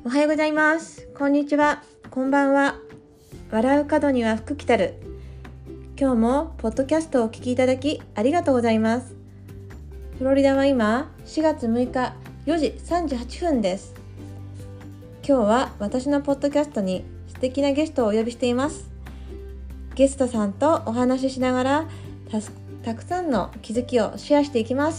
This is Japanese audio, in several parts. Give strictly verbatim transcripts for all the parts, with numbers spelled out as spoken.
おはようございます。こんにちは。こんばんは。笑う角には福来たる。今日もポッドキャストをお聞きいただきありがとうございます。フロリダは今しがつむいかよじさんじゅうはっぷんです。今日は私のポッドキャストに素敵なゲストをお呼びしています。ゲストさんとお話ししながらた、たくさんの気づきをシェアしていきます。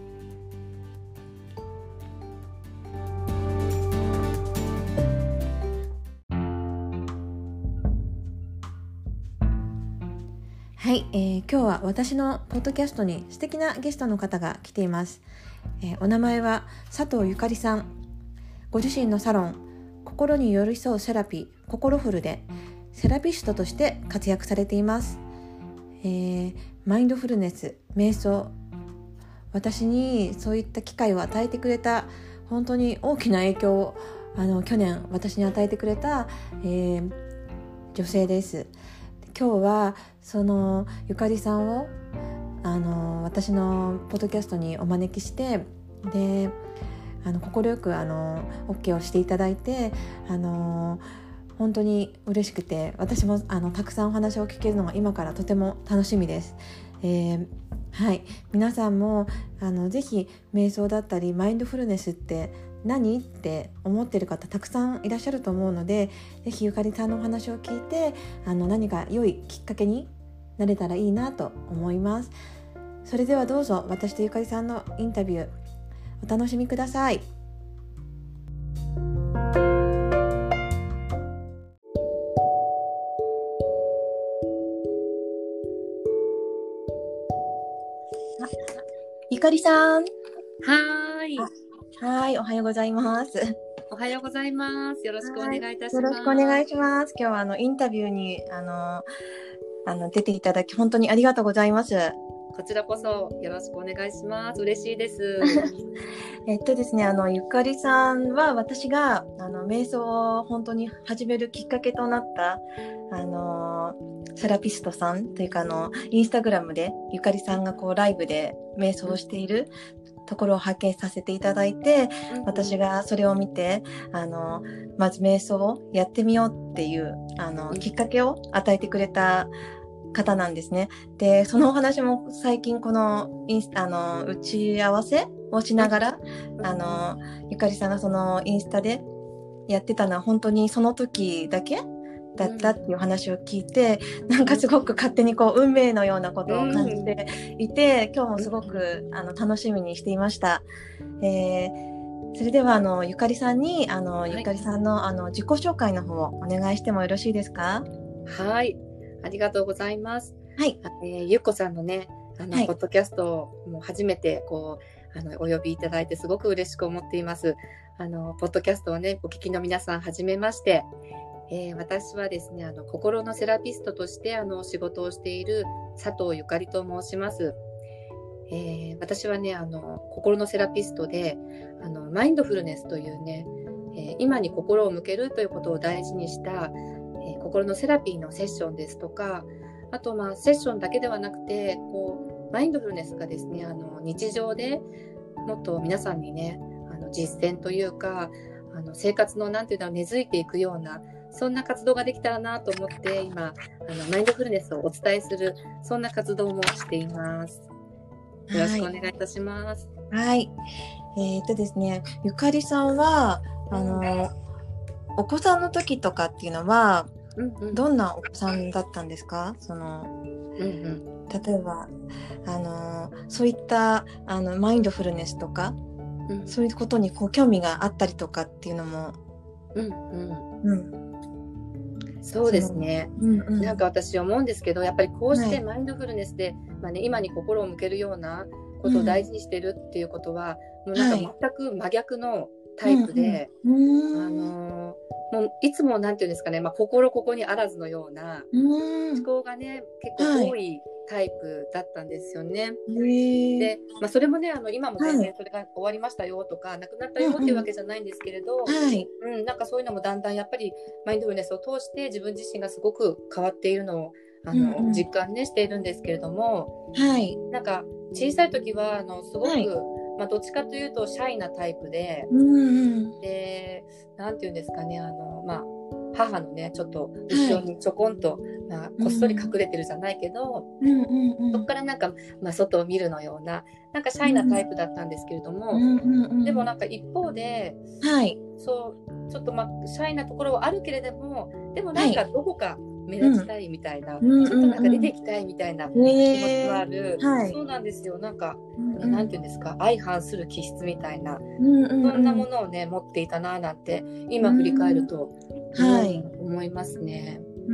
はい、えー、今日は私のポッドキャストに素敵なゲストの方が来ています。えー、お名前は佐藤ゆかりさん。ご自身のサロン心に寄り添うセラピー心フルでセラピストとして活躍されています。えー、マインドフルネス、瞑想、私にそういった機会を与えてくれた本当に大きな影響をあの去年私に与えてくれた、えー、女性です。今日はそのゆかりさんをあの私のポッドキャストにお招きしてであの快くあの OK をしていただいてあの本当に嬉しくて私もあのたくさんお話を聞けるのが今からとても楽しみです。えーはい、皆さんもあのぜひ瞑想だったりマインドフルネスって何って思っている方たくさんいらっしゃると思うので、ぜひゆかりさんのお話を聞いてあの何か良いきっかけになれたらいいなと思います。それではどうぞ私とゆかりさんのインタビューお楽しみください。ゆかりさん。 はーい。 はい、おはようございます。 おはようございます。よろしくお願いいたします。 よろしくお願いします。今日はあのインタビューにあのあの出ていただき本当にありがとうございます。 こちらこそよろしくお願いします。嬉しいです。 えっとですね、あのゆかりさんは私があの瞑想を本当に始めるきっかけとなったあのセラピストさんというかあのインスタグラムでゆかりさんがこうライブで瞑想をしているところを発見させていただいて、私がそれを見てあのまず瞑想をやってみようっていうあのきっかけを与えてくれた方なんですね。で、そのお話も最近このインスタあの打ち合わせをしながら、あのゆかりさんがそのインスタでやってたのは本当にその時だけだったっていう話を聞いて、うん、なんかすごく勝手にこう運命のようなことを感じていて、うん、今日もすごくあの楽しみにしていました。えー、それではあのゆかりさんにあの、はい、ゆかりさんのあの自己紹介の方をお願いしてもよろしいですか？ はい。ありがとうございます。 はい。 えー、ゆっこさんのね、あの、はい、ポッドキャストをもう初めてこうあのお呼びいただいてすごく嬉しく思っています。あのポッドキャストをねお聞きの皆さんはじめまして。えー、私はですねあの心のセラピストとしてあの仕事をしている佐藤ゆかりと申します。えー、私はねあの心のセラピストであのマインドフルネスというね、えー、今に心を向けるということを大事にしたえー、心のセラピーのセッションですとか、あとまあセッションだけではなくてこうマインドフルネスがですねあの日常でもっと皆さんにねあの実践というかあの生活のなんていうの根付いていくようなそんな活動ができたらなと思って今あのマインドフルネスをお伝えするそんな活動もしています。よろしくお願いいたします。 はい、はい、えー、っとですねゆかりさんはあのお子さんの時とかっていうのは、うんうん、どんなお子さんだったんですか？その、うんうん、例えばあのそういったあのマインドフルネスとか、うん、そういうことにこう興味があったりとかっていうのも、うんうんうん、そうですね、うんうん、なんか私思うんですけどやっぱりこうしてマインドフルネスで、はいまあね、今に心を向けるようなことを大事にしてるっていうことは、うん、もうなんか全く真逆のタイプで、うんうん、あのもういつもなんていうんですかね、まあ、心ここにあらずのような思考がね結構多いタイプだったんですよね。はい、で、まあ、それもねあの今も全然それが終わりましたよとか、はい、なくなったよっていうわけじゃないんですけれど、はいうん、なんかそういうのもだんだんやっぱりマインドフルネスを通して自分自身がすごく変わっているのをあの、うんうん、実感ねしているんですけれども、はい、なんか小さい時はあのすごく、はいまあ、どっちかというとシャイなタイプで、 うんうん、 で、なんていうんですかね、あの、まあ、母のね、ちょっと後ろにちょこんと、はい、まあ、こっそり隠れてるじゃないけど、 うんうんうん、 そこからなんか、まあ、外を見るのような、なんかシャイなタイプだったんですけれども、 うんうんうん、 でもなんか一方で、 はい、 そう、ちょっとまあ、シャイなところはあるけれども、でもなんかどこか目立ちたいみたいな、 うん、 ちょっとなんか出てきたいみたいな気持ちもある、 えーはい、 そうなんですよ、なんか、 うんね、なんていうんですか、相反する気質みたいな、 うんうんうん、 そんなものをね、持っていたななんて、今振り返ると、 うん、はい、 うん、思いますね。 うん、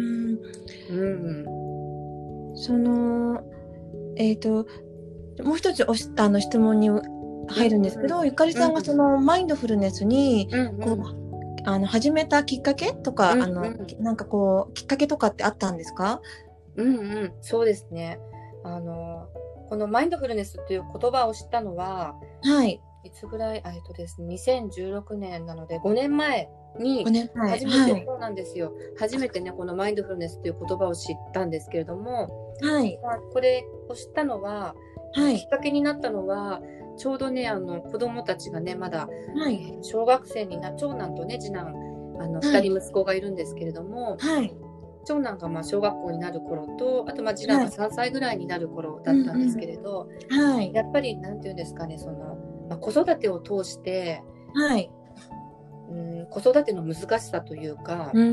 うん、 その、えっと、もう一つおしあの質問に入るんですけど、 うんうん、 ゆかりさんがそのマインドフルネスに、 うんうん、 こう、あの、始めたきっかけとか、 うんうん、 あの、なんかこう、きっかけとかってあったんですか？ うんうん、そうですね。あの、このマインドフルネスという言葉を知ったのは、 はい。 いつぐらい、えっとですね、にせんじゅうろくねんなので、ごねんまえに、 ごねんまえ。 初めて、 はい。 そうなんですよ。初めてね、このマインドフルネスという言葉を知ったんですけれども、 はい。 まあ、これを知ったのは、 はい。 きっかけになったのは、ちょうどね、あの、子供たちがね、まだ、 はい。 えー小学生にな、長男とね、次男、あの、 はい。 二人息子がいるんですけれども、 はい。 長男がまあ小学校になる頃と、あとまあ次男がさんさいぐらいになる頃だったんですけれど、 うんうん、はい。 やっぱりなんていうんですかね、その、まあ、子育てを通して、 はい。 うん、子育ての難しさというか、 うん。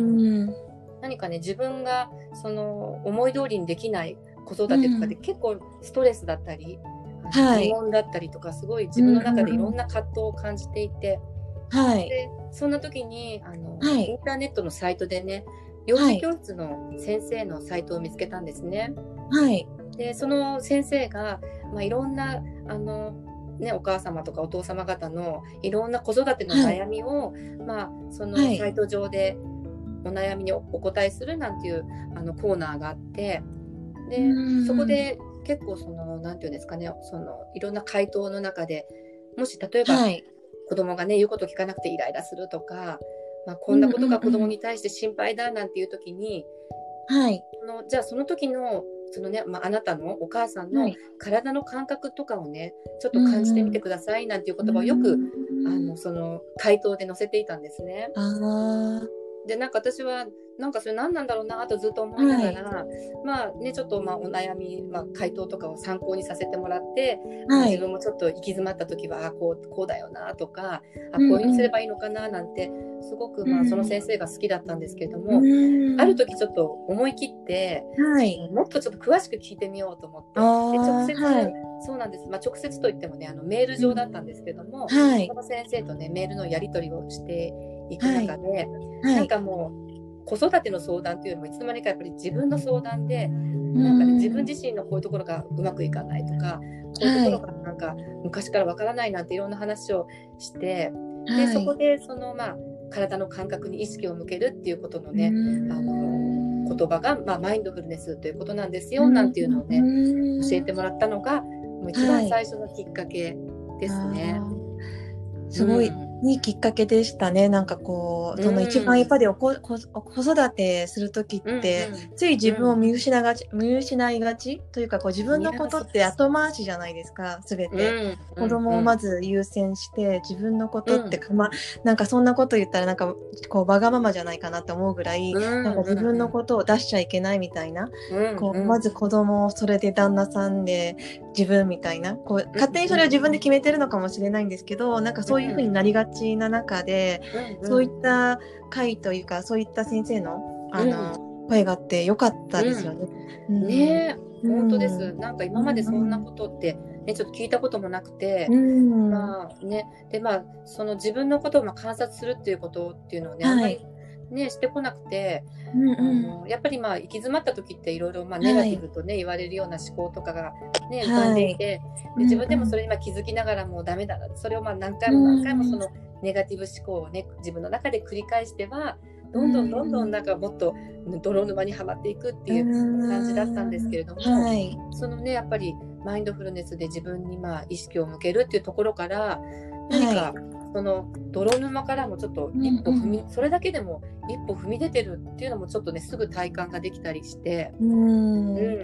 何かね、自分がその思い通りにできない子育てとかで結構ストレスだったり、 はい。 疑問だったりとか、すごい自分の中でいろんな葛藤を感じていて、 はい。 でそんな時にあの、 はい。 インターネットのサイトでね、幼児教室の先生のサイトを見つけたんですね。 はい。 でその先生が、まあ、いろんなあの、ね、お母様とかお父様方のいろんな子育ての悩みを、はい、まあ、そのサイト上でお悩みにお答えするなんていうあのコーナーがあって、でそこで結構そのなんていうんですかね、そのいろんな回答の中で、もし例えば、はい、子供がね言うこと聞かなくてイライラするとか、まあ、こんなことが子供に対して心配だなんていう時に、はい、そのじゃあその時のそのね、まあ、あなたのお母さんの体の感覚とかをね、ちょっと感じてみてくださいなんていう言葉をよく、あのその回答で載せていたんですね。 あでなんか私はなんかそれ何なんだろうなとずっと思いながら、はい、まあねちょっとまあお悩み、まあ、回答とかを参考にさせてもらって、はい、自分もちょっと行き詰まった時はあこうこうだよなとか、あこういうふうにすればいいのかななんてすごくまあその先生が好きだったんですけれども、うん、ある時ちょっと思い切って、はい、もっとちょっと詳しく聞いてみようと思って、で直接、はい、そうなんです、まあ、直接といってもねあのメール上だったんですけども、はい、その先生とねメールのやり取りをしていく中で、はいはい、なんかもう子育ての相談というよりもいつの間にかやっぱり自分の相談で、なんかね、自分自身のこういうところがうまくいかないとか、こういうところがなんか昔からわからないなんていろんな話をして、はい、でそこでそのまあ体の感覚に意識を向けるっていうことのね、あの言葉が、まあ、マインドフルネスということなんですよなんていうのをね教えてもらったのがもう一番最初のきっかけですね。 はい、すごい、うんいいきっかけでしたね。なんかこう、その一番やっぱりおここ子育てするときって、うんうん、つい自分を見失がち、うん、見失いがちというかこう自分のことって後回しじゃないですか、すべて、うんうん。子供をまず優先して、自分のことってか、うん、ま、なんかそんなこと言ったらなんかこうわがままじゃないかなって思うぐらい、うんうん、なんか自分のことを出しちゃいけないみたいな、うんうん、こうまず子供をそれで旦那さんで自分みたいな、こう勝手にそれを自分で決めてるのかもしれないんですけど、なんかそういう風になりがちな中で、うんうん、そういった会というかそういった先生のあの、うん、声があってよかったですよね。 うんうん、ねえ、本当です。なんか今までそんなことって、ね、ちょっと聞いたこともなくて、うん、まあね、でまあその自分のことをまあ観察するっていうことっていうのをね、はい、あんまりね、してこなくて、うんうん、あのやっぱりまあ行き詰まった時っていろいろまあネガティブとね、はい、言われるような思考とかがね浮かんでいて、はい、で自分でもそれにまあ気づきながらもうダメだな、それをまあ何回も何回もそのネガティブ思考をね自分の中で繰り返してはどんどんどんどんなんかもっと泥沼にはまっていくっていう感じだったんですけれども、はい、そのねやっぱりマインドフルネスで自分にまあ意識を向けるっていうところから何か、はい、その泥沼からもちょっと一歩踏み、うんうん、それだけでも一歩踏み出てるっていうのもちょっとねすぐ体感ができたりして、うん、うん、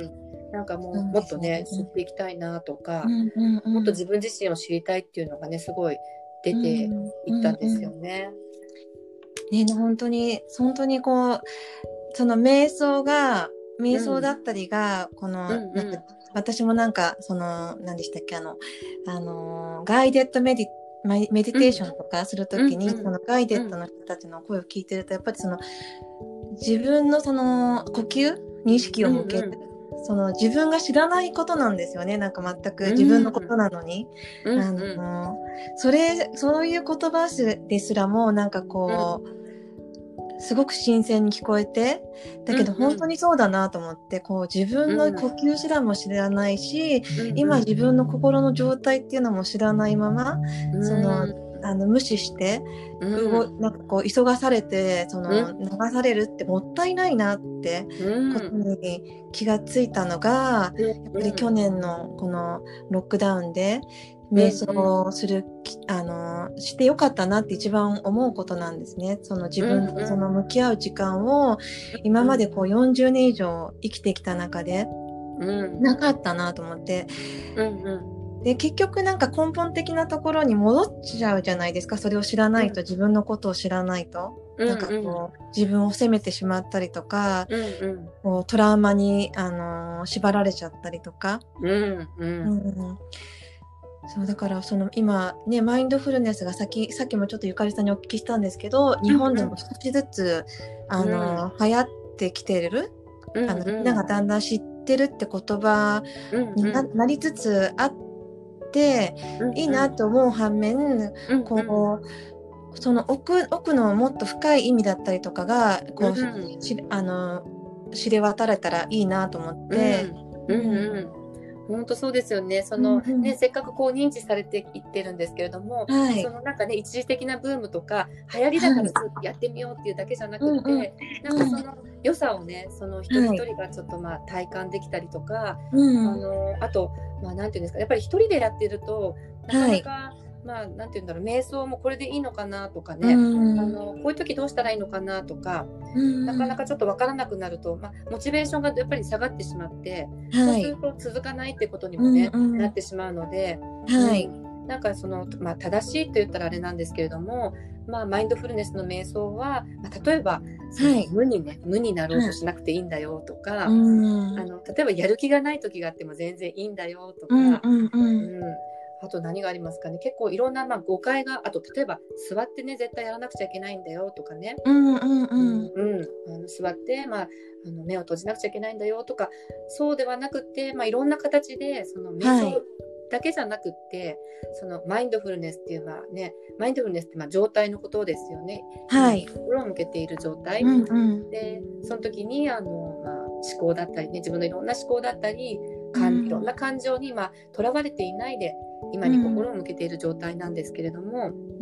なんかもう、 うんもっとね、知っていきたいなとか、 うんうんうん、 もっと自分自身を知りたいっていうのがね、すごい出ていったんですよね。 ね、本当に、本当にこう、その瞑想が、瞑想だうんったりが、この、 うんなんか、私もなんか、その、何でしたっけ、あの、あの、ガイデッドメディ、メディテーションとかするときに、 うんうんそのガイデッドの人たちの声を聞いてると、やっぱりその、自分のその、呼吸に意識を向ける。 うんその自分が知らないことなんですよね。なんか全く自分のことなのに。 うんうん、 あの、それ、そういう言葉ですらも、なんかこう、うん、すごく新鮮に聞こえて、だけど本当にそうだなと思って、こう自分の呼吸すらも知らないし、うん、今自分の心の状態っていうのも知らないまま、うん、その、あの無視して、うん、なんかこう急がされてその流されるってもったいないなってことに気がついたのが、うん、やっぱり去年のこのロックダウンで瞑想をする、うん、あのしてよかったなって一番思うことなんですね。その自分とその向き合う時間を今までこうよんじゅうねん以上生きてきた中でなかったなと思って、うんうんで結局なんか根本的なところに戻っちゃうじゃないですか。それを知らないと、うん、自分のことを知らないと、うん、なんかこう自分を責めてしまったりとか、うんうん、こうトラウマに、あのー、縛られちゃったりとか、うんうんうん、そうだからその今ねマインドフルネスがさっきさっきもちょっとゆかりさんにお聞きしたんですけど、日本でも少しずつ、うん、あのー、流行ってきてる、うん、あのみんながだんだん知ってるって言葉に な,、うんうん、なりつつあってでいいなと思う反面、うん、こうその 奥, 奥のもっと深い意味だったりとかがこう、うん、しあの知れ渡れたらいいなと思って、うんうんうん本当そうですよね。その、うんうん、ね、せっかくこう認知されていってるんですけれども、はい、そのなんかね、一時的なブームとか、流行りだからすぐやってみようっていうだけじゃなくて、はい、なんかその良さをね、その一人一人がちょっとまあ体感できたりとか、はい、あの、あと、まあなんていうんですか、やっぱり一人でやってると、なかなか、はいまあ、なんていうんだろう、瞑想もこれでいいのかなとかね、うん、あのこういう時どうしたらいいのかなとか、うん、なかなかちょっと分からなくなると、まあ、モチベーションがやっぱり下がってしまって、はい、そうすると続かないってことにもね、うんうん、なってしまうので、はい、うん、なんかその、まあ、正しいと言ったらあれなんですけれども、まあ、マインドフルネスの瞑想は、まあ、例えばその、はい、無にね無になろうとしなくていいんだよとか、はい、あの例えばやる気がない時があっても全然いいんだよとか、うんうんうんうんあと何がありますかね。結構いろんなまあ誤解が、あと例えば座ってね絶対やらなくちゃいけないんだよとかね。うんうんうん。うんうん、あの座ってまああの目を閉じなくちゃいけないんだよとか、そうではなくてまあいろんな形でその瞑想だけじゃなくって、はい、そのマインドフルネスっていうまあねマインドフルネスってまあ状態のことですよね。はい。心を向けている状態、うんうん、でその時にあのまあ思考だったりね自分のいろんな思考だったり。いろんな感情にとらわれていないで今に心を向けている状態なんですけれども、うん、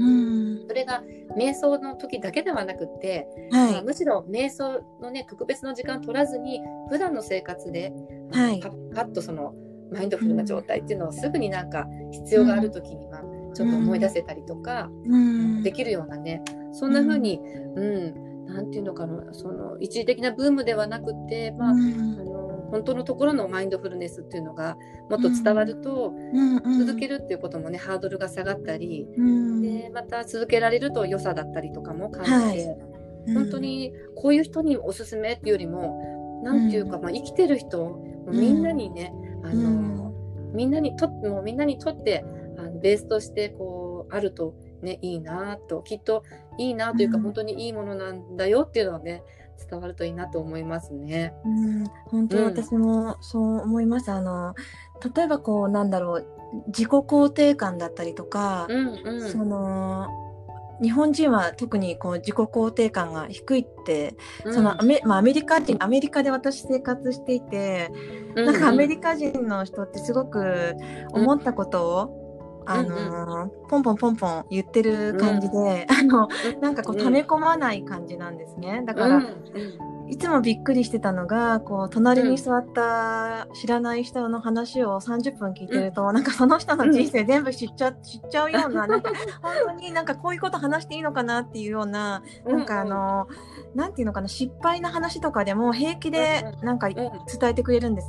それが瞑想の時だけではなくって、はいまあ、むしろ瞑想のね特別の時間取らずに普段の生活で、はい、パッパッとそのマインドフルな状態っていうのをすぐになんか必要がある時にはちょっと思い出せたりとか、うん、できるようなねそんな風に、うん、なんていうのかなその一時的なブームではなくて、まあ、うん、あの本当のところのマインドフルネスっていうのがもっと伝わると、うんうん、続けるっていうこともねハードルが下がったり、うん、でまた続けられると良さだったりとかも感じて、はいうん、本当にこういう人におすすめっていうよりもなんていうか、まあ、生きてる人もうみんなにね、うん、あのみんなにともうみんなにとってあのベースとしてこうあるとねいいなときっといいなというか、うん、本当にいいものなんだよっていうのはね伝わるといいなと思いますね。 うん、本当私もそう思います。うん、あの例えばこうなんだろう自己肯定感だったりとか、うんうん、その日本人は特にこう自己肯定感が低いって、うん、そのアメ、まあ、アメリカ人アメリカで私生活していて、うんうん、なんかアメリカ人の人ってすごく思ったことを、うんあのーうん、ポンポンポンポン言ってる感じで、うん、あのなんかこう溜め込まない感じなんですね。だから、うん、いつもびっくりしてたのがこう隣に座った知らない人の話をさんじゅっぷん聞いてると、うん、なんかその人の人生全部知っちゃ、知っちゃうような、なんか本当になんかこういうこと話していいのかなっていうような、なんかあのなんていうのかな失敗な話とかでも平気でなんか伝えてくれるんですね。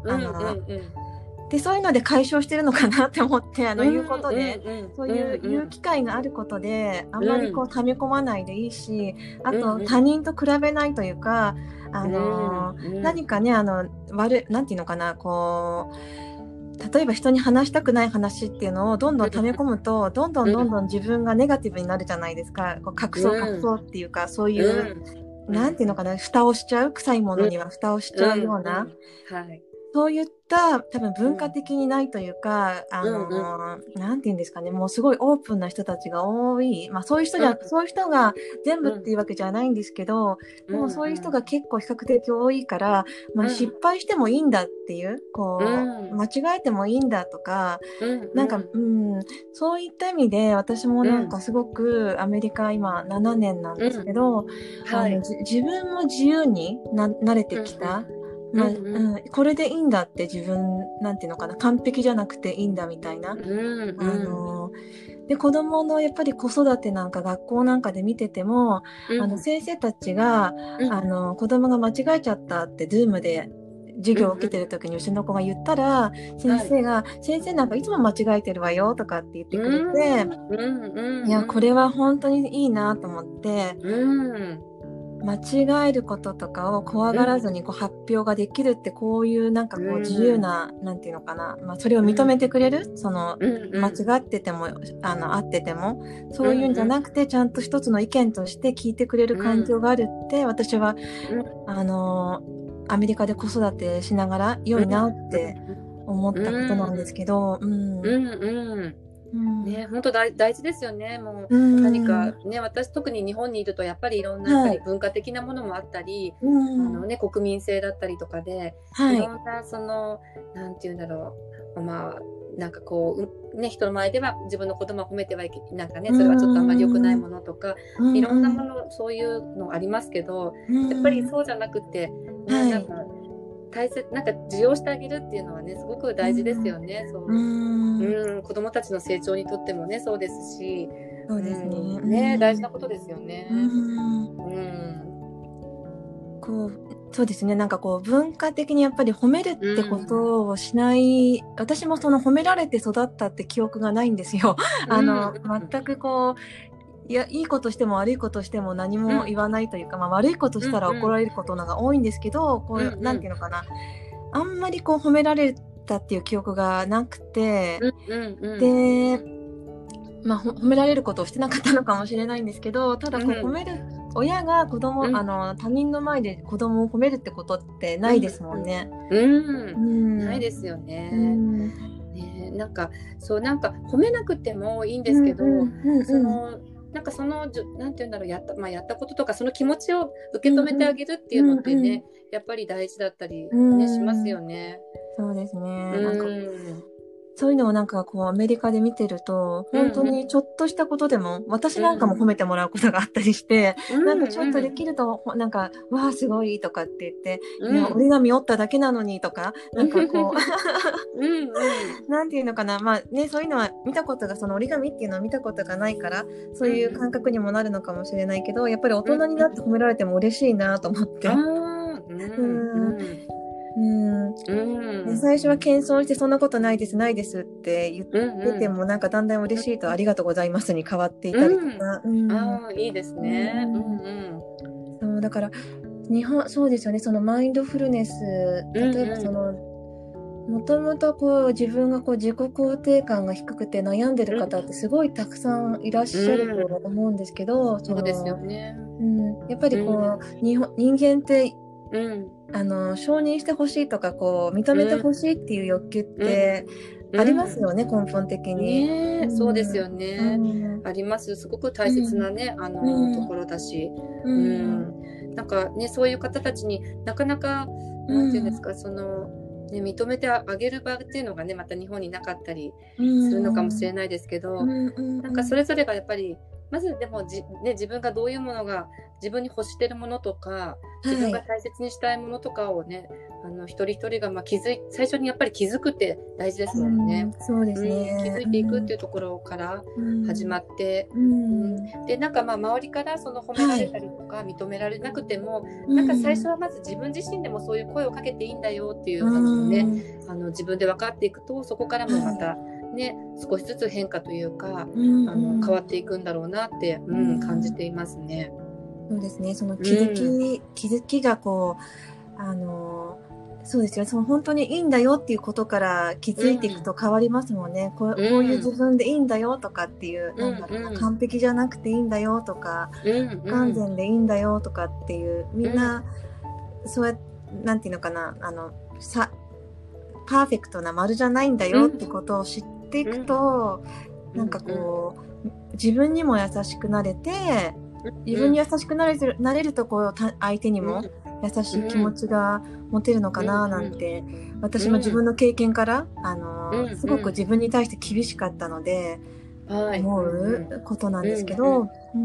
あの、でそういうので解消してるのかなって思ってあの言うことで、そういう言う機会があることであんまりこう溜め込まないでいいし、あと他人と比べないというか、あの何かねあの悪いなんていうのかな、こう例えば人に話したくない話っていうのをどんどん溜め込むとどんどんどんどん自分がネガティブになるじゃないですか。こう隠そう隠そうっていうか、そういう、なんていうのかな、蓋をしちゃう、臭いものには蓋をしちゃうような、そういった多分文化的にないというか、あの、なんていうんですかね、もうすごいオープンな人たちが多い。まあそういう人じゃ、そういう人が全部っていうわけじゃないんですけど、でもそういう人が結構比較的多いから、まあ失敗してもいいんだっていう、こう、間違えてもいいんだとか、なんか、うん、そういった意味で私もなんかすごくアメリカ今ななねんなんですけど、あの自分も自由にな慣れてきた。まあうんうん、これでいいんだって自分なんていうのかな、完璧じゃなくていいんだみたいな、うんうん、あので子供のやっぱり子育てなんか学校なんかで見てても、うん、あの先生たちが、うん、あの子供が間違えちゃったって Zoom で授業を受けてる時にうちの子が言ったら、うんうん、先生が、はい、先生なんかいつも間違えてるわよとかって言ってくれて、うんうんうん、いやこれは本当にいいなと思って、うん間違えることとかを怖がらずにこう発表ができるって、こういうなんかこう自由な、なんていうのかな、まあそれを認めてくれる、その間違っててもあの合っててもそういうんじゃなくてちゃんと一つの意見として聞いてくれる環境があるって、私はあのアメリカで子育てしながら良いなって思ったことなんですけど、うんうんうんね、本当大大事ですよね。もう何かね、私特に日本にいるとやっぱりいろんなやっぱり文化的なものもあったり、はい、あのね国民性だったりとかで、はい、いろんなそのなんていうんだろう、まあなんかこうね人の前では自分の言葉を褒めてはいけなんかねそれはちょっとあんまり良くないものとか、いろんなものそういうのありますけど、やっぱりそうじゃなくて、ね、なんか。大切なんか受容してあげるっていうのはねすごく大事ですよね。そう、うん、子供たちの成長にとってもねそうですし、 そうですね。 うん、ね大事なことですよね。うん、 こうそうですね。なんかこう文化的にやっぱり褒めるってことをしない、うん、私もその褒められて育ったって記憶がないんですよ。あの、うん、全くこう。いやいいことしても悪いことしても何も言わないというか、うんまあ、悪いことしたら怒られることのが多いんですけど、うんうん、こう、うんうん、なんていうのかな、あんまりこう褒められたっていう記憶がなくて、うんうんうん、で、まあ、褒められることをしてなかったのかもしれないんですけど、ただこう褒める、うん、親が子供、うん、あの他人の前で子供を褒めるってことってないですもんね。 うんうんうん、ないですよね。うんね、なんかそうなんか褒めなくてもいいんですけど、うんうんうんうん、そのなんかそのなんて言うんだろうやった、まあ、やったこととかその気持ちを受け止めてあげるっていうのってね、うんうん、やっぱり大事だったり、ねうん、しますよね。 そうですね。なんかそういうのをなんかこうアメリカで見てると本当にちょっとしたことでも、うん、私なんかも褒めてもらうことがあったりして、うん、なんかちょっとできるとなんか、うん、わあすごいとかって言って、うん、いや折り紙折っただけなのにとかなんかこううん、うん、なんていうのかな、まあねそういうのは見たことがその折り紙っていうのは見たことがないからそういう感覚にもなるのかもしれないけど、やっぱり大人になって褒められても嬉しいなと思って。うんうんで最初は謙遜してそんなことないですないですって言ってても、うんうん、なんかだんだん嬉しいとありがとうございますに変わっていたりとか、 うんうん、ああいいですね、うんうんうん、そうだから日本そうですよね、そのマインドフルネス、例えばそのもともとこう自分がこう自己肯定感が低くて悩んでる方ってすごいたくさんいらっしゃると思うんですけど、 うん、そうですよね、 うん、やっぱりこう、うん、日本人間ってうんあの承認してほしいとかこう認めてほしいっていう欲求ってありますよね、うん、根本的に、 ねうん、そうですよね、うん、あります。すごく大切なね、うん、あの、うん、ところだし、うんうん、なんかねそういう方たちになかなかなんていうんですか、その、ね、認めてあげる場っていうのがねまた日本になかったりするのかもしれないですけど、うん、なんかそれぞれがやっぱりまずでもじ、ね、自分がどういうものが自分に欲してるものとか自分が大切にしたいものとかをね、はい、あの一人一人がまあ気づい最初にやっぱり気づくって大事ですもんね。 うん、そうですね、 うん、気づいていくっていうところから始まって、 うんうん、でなんかまあ周りからその褒められたりとか、はい、認められなくても、うん、なんか最初はまず自分自身でもそういう声をかけていいんだよっていうのをね、うん、あの自分で分かっていくとそこからもまた、はいね、少しずつ変化というか、うんうん、あの変わっていくんだろうなって、うん、感じていますね。 そうですね。その気づき、うん、気づきがこうあのそうですよ。その本当にいいんだよっていうことから気づいていくと変わりますもんね。うん、こ, うこういう自分でいいんだよとかっていう、うん、なんだろうな、完璧じゃなくていいんだよとか、うん、不完全でいいんだよとかっていうみんな、うん、そうやなんていうのかなあのさパーフェクトな丸じゃないんだよってことを知っていくと、うん、なんかこう、うん、自分にも優しくなれて、自分に優しくなれる、なれるとこう相手にも優しい気持ちが持てるのかななんて、私も自分の経験からあのすごく自分に対して厳しかったので思うことなんですけど、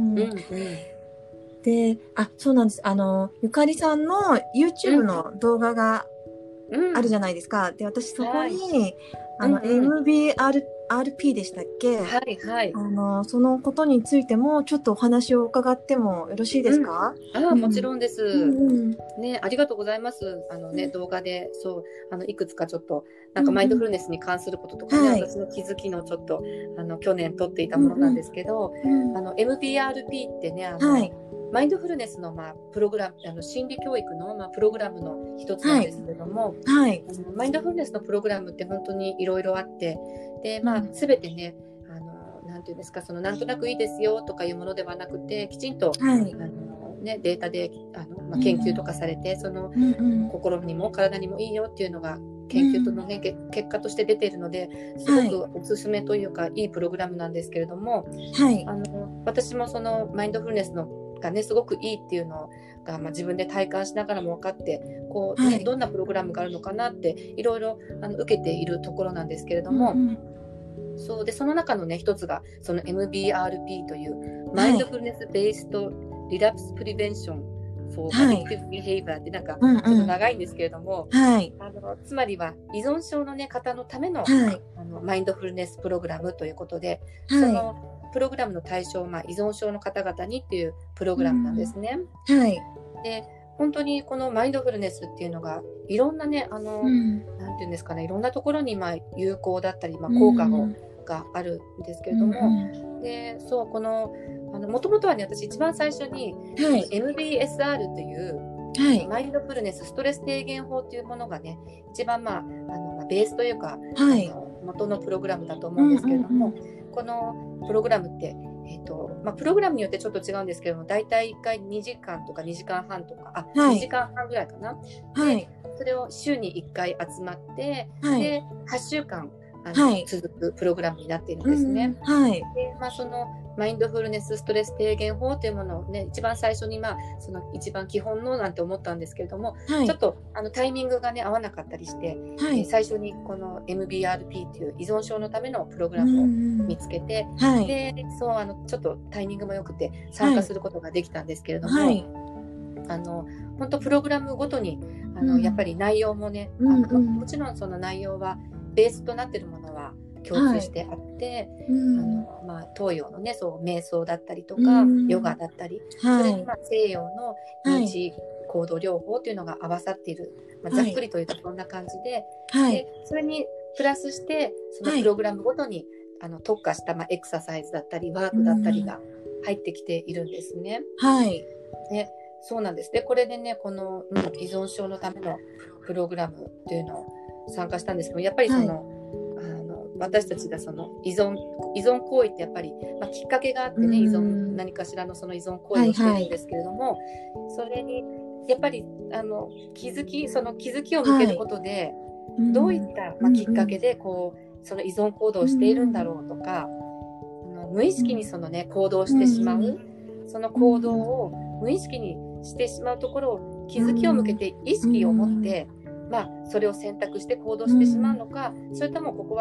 で、あ、そうなんです。あのゆかりさんの YouTube の動画があるじゃないですか。で、私そこに、はい、あの、うんうん、エムビーアールピー でしたっけ？ はいはい。 あの、そのことについてもちょっとお話を伺ってもよろしいですか？ うん、あ、うん、もちろんです、うんうん。ね、ありがとうございます。あのね、うん、動画で、そう、あの、いくつかちょっと、なんかマインドフルネスに関することとかね、うんうん、私の気づきのちょっと、あの、去年撮っていたものなんですけど、うんうん、あの、エムビーアールピー ってね、あの、はい、マインドフルネスの、まあ、プログラム、あの心理教育の、まあ、プログラムの一つなんですけれども、はいはい、あのマインドフルネスのプログラムって本当にいろいろあって、で、まあ、すべてね、あの、なんていうんですか、その、なんとなくいいですよとかいうものではなくて、きちんと、はい、あのね、データで、あの、まあ、研究とかされて、その、うんうん、心にも体にもいいよっていうのが、研究との、ね、うん、結果として出ているので、すごくおすすめというか、はい、いいプログラムなんですけれども、はい、あの、私もその、マインドフルネスのがね、すごくいいっていうのが、まあ、自分で体感しながらも分かってこう、ね、はい、どんなプログラムがあるのかなっていろいろあの受けているところなんですけれども、うんうん、そうでその中のね一つがその エムビーアールピー というマインドフルネスベースとリラプスプリベンション、そう、アディクティブビヘイバーってなんかちょっと長いんですけれども、はい、あのつまりは依存症の、ね、方のための、はい、あのマインドフルネスプログラムということで、はい、そのプログラムの対象、まあ、依存症の方々にっていうプログラムなんですね。うん、はい。で、本当にこのマインドフルネスっていうのがいろんなね、あの、うん、なんていうんですかね、いろんなところにまあ有効だったり、まあ、効果を、があるんですけれども、うん、で、そう、この、あの、もともとはね、私一番最初に、はい、エムビーエスアール という、はい、マインドフルネスストレス低減法っていうものがね、一番まあ、あの、まあ、ベースというか、はい、あの元のプログラムだと思うんですけれども、うんうんうん、このプログラムって、えーとまあ、プログラムによってちょっと違うんですけども、だいたいいっかいにじかんとかにじかんはんとか、あ、はい、にじかんはんぐらいかな。はい、で、それを週にいっかい集まって、はい、で、はっしゅうかんあの、はい、続くプログラムになっているんですね。うん、はい。で、まあ、そのマインドフルネスストレス低減法というものをね、一番最初に、まあ、その一番基本のなんて思ったんですけれども、はい、ちょっとあのタイミングがね、合わなかったりして、はい、えー、最初にこの エムビーアールピー という依存症のためのプログラムを見つけて、はい、で、そう、あの、ちょっとタイミングも良くて参加することができたんですけれども、はい、あの、本当プログラムごとに、あの、うん、やっぱり内容もね、うんうん、あのもちろんその内容はベースとなっているものは共通してあって、はい、うん、あのまあ、東洋のね、そう瞑想だったりとか、うん、ヨガだったり、はい、それにまあ西洋の認知行動療法というのが合わさっている、まあ、ざっくりというとそんな感じで、はい、でそれにプラスしてそのプログラムごとに、はい、あの特化した、まあ、エクササイズだったりワークだったりが入ってきているんですね。はい。で、そうなんです。で、これでね、この、うん、依存症のためのプログラムっていうのを参加したんですけど、やっぱりその、はい、あの私たちがその依存依存行為ってやっぱり、まあ、きっかけがあってね、依存何かしらのその依存行為をしてるんですけれども、はいはい、それにやっぱりあの気づきその気づきを向けることで、はい、どういった、まあ、きっかけでこうその依存行動をしているんだろうとか、あの無意識にそのね行動してしまう、その行動を無意識にしてしまうところを気づきを向けて意識を持って、まあ、それを選択して行動してしまうのか、それともここは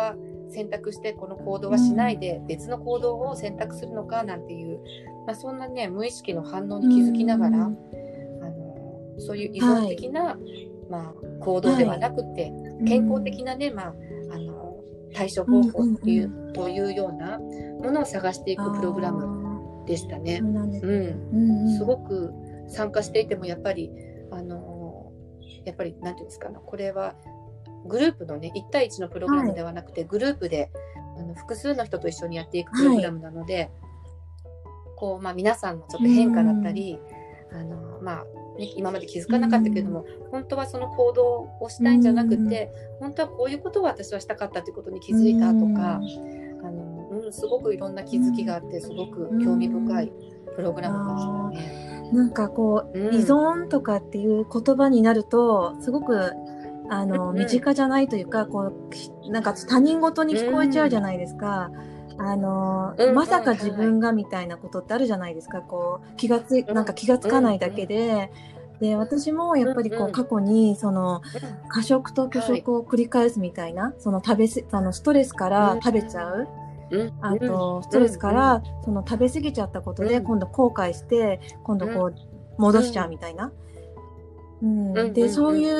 選択してこの行動はしないで別の行動を選択するのかなんていう、まあ、そんなね無意識の反応に気づきながら、あのそういう依存的な、はい、まあ、行動ではなくて、はい、健康的なね、まあ、あの対処方法っていう、うんうんうん、というようなものを探していくプログラムでしたね。うんうん、すごく参加していてもやっぱりあのやっぱりなんていうんですかね、これはグループのねいち対いちのプログラムではなくて、はい、グループであの複数の人と一緒にやっていくプログラムなので、はい、こうまあ、皆さんのちょっと変化だったり、あのまあね、今まで気づかなかったけれども、本当はその行動をしたいんじゃなくて、本当はこういうことを私はしたかったということに気づいたとか、あの、うん、すごくいろんな気づきがあってすごく興味深いプログラムでしたね。 なんかこう、うん、依存とかっていう言葉になるとすごくあの、うん、身近じゃないというか、こうなんか他人事に聞こえちゃうじゃないですか。うん、あの、うん、まさか自分がみたいなことってあるじゃないですか。こう気がついなんか気がつかないだけで、うん、で私もやっぱりこう、うん、過去にその過食と拒食を繰り返すみたいな、はい、その食べあのストレスから食べちゃう。うん、あとストレスからその食べ過ぎちゃったことで今度後悔して今度こう戻しちゃうみたいな。うん、で、そういう、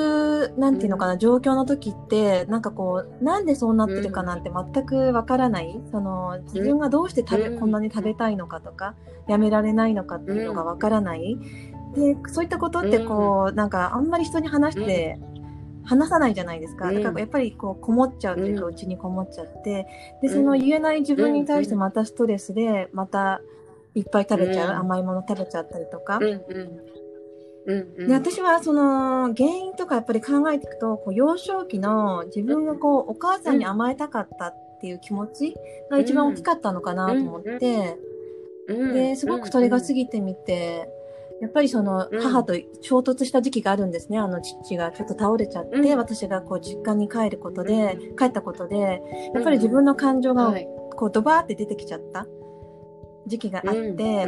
なんていうのかな、状況の時って、なんかこう、なんでそうなってるかなんて全くわからない。その、自分がどうして食べ、こんなに食べたいのかとか、やめられないのかっていうのがわからない。で、そういったことってこう、なんかあんまり人に話して、話さないじゃないですか。だからやっぱりこう、こもっちゃうというか、うちにこもっちゃって、で、その言えない自分に対してまたストレスで、またいっぱい食べちゃう、甘いもの食べちゃったりとか。うんうん、で私はその原因とかやっぱり考えていくとこう幼少期の自分がこうお母さんに甘えたかったっていう気持ちが一番大きかったのかなと思って、ですごくそれが過ぎてみてやっぱりその母と衝突した時期があるんですね。あの父がちょっと倒れちゃって、私がこう実家に帰ることで帰ったことでやっぱり自分の感情がこうドバーって出てきちゃった時期があって、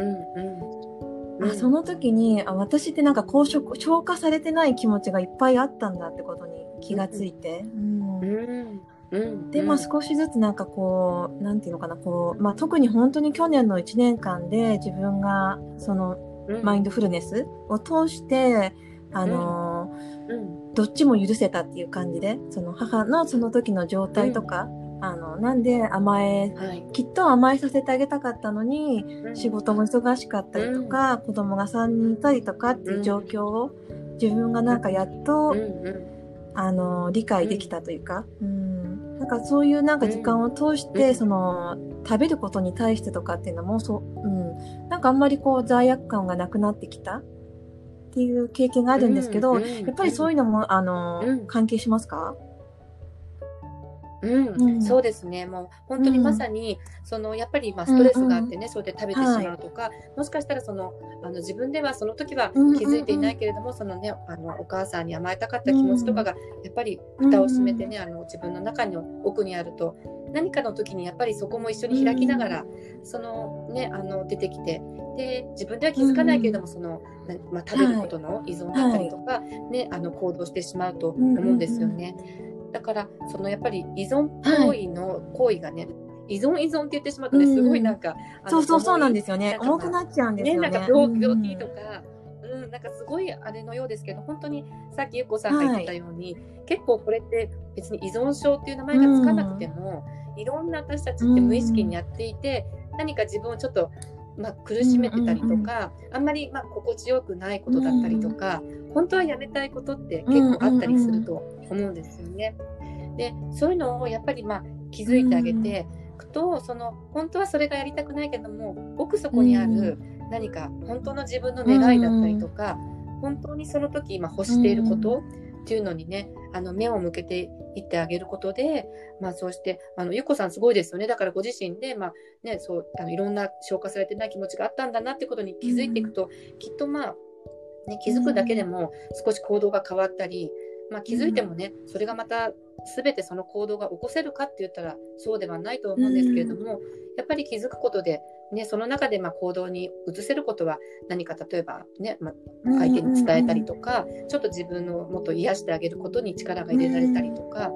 あ、その時にあ私ってなんかこう消化されてない気持ちがいっぱいあったんだってことに気がついて、うんうんうん、でまあ少しずつなんかこうなんていうのかなこう、まあ、特に本当に去年のいちねんかんで自分がそのマインドフルネスを通してあの、うん、どっちも許せたっていう感じでその母のその時の状態とか、うんあの、なんで甘え、はい、きっと甘えさせてあげたかったのに、うん、仕事も忙しかったりとか、うん、子供がさんにんいたりとかっていう状況を、自分がなんかやっと、うんうん、あの、理解できたというか、うん、なんかそういうなんか時間を通して、うん、その、食べることに対してとかっていうのも、そう、うん、なんかあんまりこう罪悪感がなくなってきたっていう経験があるんですけど、うんうん、やっぱりそういうのも、あの、うん、関係しますか？ うんうん、そうですね。もう本当にまさに、うん、そのやっぱりまあストレスがあってね、うんうん、そうやって食べてしまうとか、はい、もしかしたらそのあの自分ではその時は気づいていないけれども、うんうんうん、そのねあのお母さんに甘えたかった気持ちとかが、やっぱり蓋を閉めてね、あの自分の中の奥にあると、何かの時にやっぱりそこも一緒に開きながら、うん、そのねあの出てきて、で自分では気づかないけれども、そのまあ、食べることの依存だったりとか、はい、ねあの行動してしまうと思うんですよね。うんうんうんだからそのやっぱり依存行為の行為がね、はい、依存依存って言ってしまうとね、すごいなんか、 あのそうそうそうなんですよね。重くなっちゃうんですよね。 ねなんか病、病気とか、うん、なんかすごいあれのようですけど、本当にさっきゆっこさんが言ってたように、はい、結構これって別に依存症っていう名前がつかなくても、いろんな私たちって無意識にやっていて、何か自分をちょっとまあ、苦しめてたりとか、うんうんうん、あんまりまあ心地よくないことだったりとか、うん、本当はやめたいことって結構あったりすると思うんですよね。でそういうのをやっぱりまあ気づいてあげていくと、その本当はそれがやりたくないけども奥底にある何か本当の自分の願いだったりとか、本当にその時今欲していることっていうのにね、あの目を向けていってあげることで、まあそうしてあのゆっこさんすごいですよね。だからご自身でまあねそうあのいろんな消化されてない気持ちがあったんだなってことに気づいていくと、うん、きっとまあね気づくだけでも少し行動が変わったり、まあ気づいてもねそれがまた全てその行動が起こせるかって言ったらそうではないと思うんですけれども、やっぱり気づくことでね、その中でまあ行動に移せることは何か例えばね、まあ、相手に伝えたりとか、ちょっと自分のもっと癒してあげることに力が入れられたりとか、こ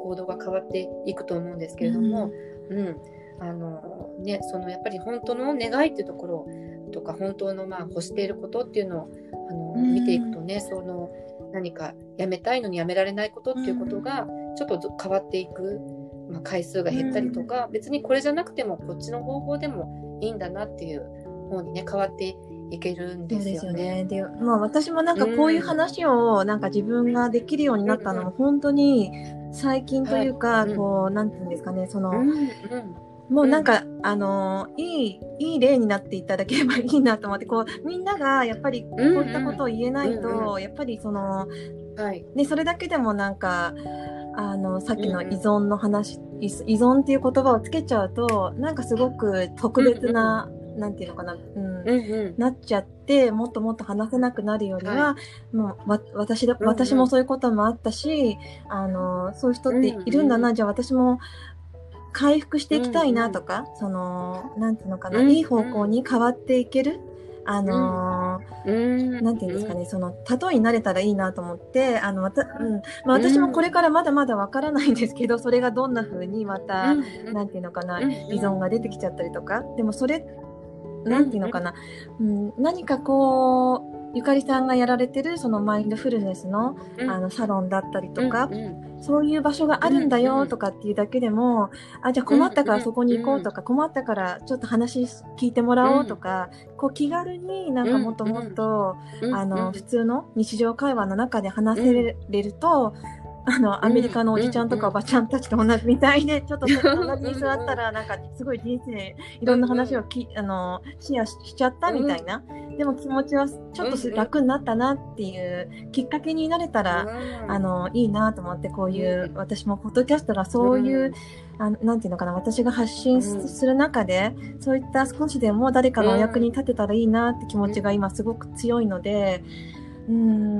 行動が変わっていくと思うんですけれども、うん、うん、あのね、そのやっぱり本当の願いっていうところとか本当のまあ欲していることっていうのをあの、うん、見ていくとね、その何かやめたいのにやめられないことっていうことがちょっと変わっていく、まあ、回数が減ったりとか、別にこれじゃなくてもこっちの方法でもいいんだなっていう方にね変わっていけるんですよね。 そうですよね。で、まあ私もなんかこういう話をなんか自分ができるようになったのも本当に最近というか、はい、こうなんていうんですかね、その、うんうん、もうなんか、うん、あのいいいい例になっていただければいいなと思って、こうみんながやっぱりこういったことを言えないと、うんうん、やっぱりその、はいね、それだけでもなんかあのさっきの依存の話、うんうん、依存っていう言葉をつけちゃうとなんかすごく特別な、うんうん、なんていうのかな、うんうんうん、なっちゃってもっともっと話せなくなるよりは、はい、もうわ私だ、私もそういうこともあったし、あのそういう人っているんだな、うんうん、じゃあ私も回復していきたいなとか、うんうん、そのなんていうのかな、うんうん、いい方向に変わっていける、あのーうん、なんていうんですかね、その例えになれたらいいなと思って、あのわた、うんまあ、私もこれからまだまだわからないんですけど、それがどんな風にまた、うん、なんていうのかな、依存が出てきちゃったりとか、でもそれなんていうのかな、うん、何かこうゆかりさんがやられてるそのマインドフルネスの、うん、あのサロンだったりとか、うんうん、そういう場所があるんだよとかっていうだけでも、あ、じゃあ困ったからそこに行こうとか、困ったからちょっと話聞いてもらおうとか、こう気軽になんかもっともっと、あの普通の日常会話の中で話せれると、あのアメリカのおじちゃんとかおばちゃんたちと同じみたいで、ちょっと同じに座ったらなんかすごい人生いろんな話をきあのシェアしちゃったみたいな、でも気持ちはちょっと楽になったなっていうきっかけになれたら、あのいいなと思って、こういう私もポッドキャストがそういう、あなんていうのかな、私が発信する中でそういった少しでも誰かのお役に立てたらいいなって気持ちが今すごく強いので、うん、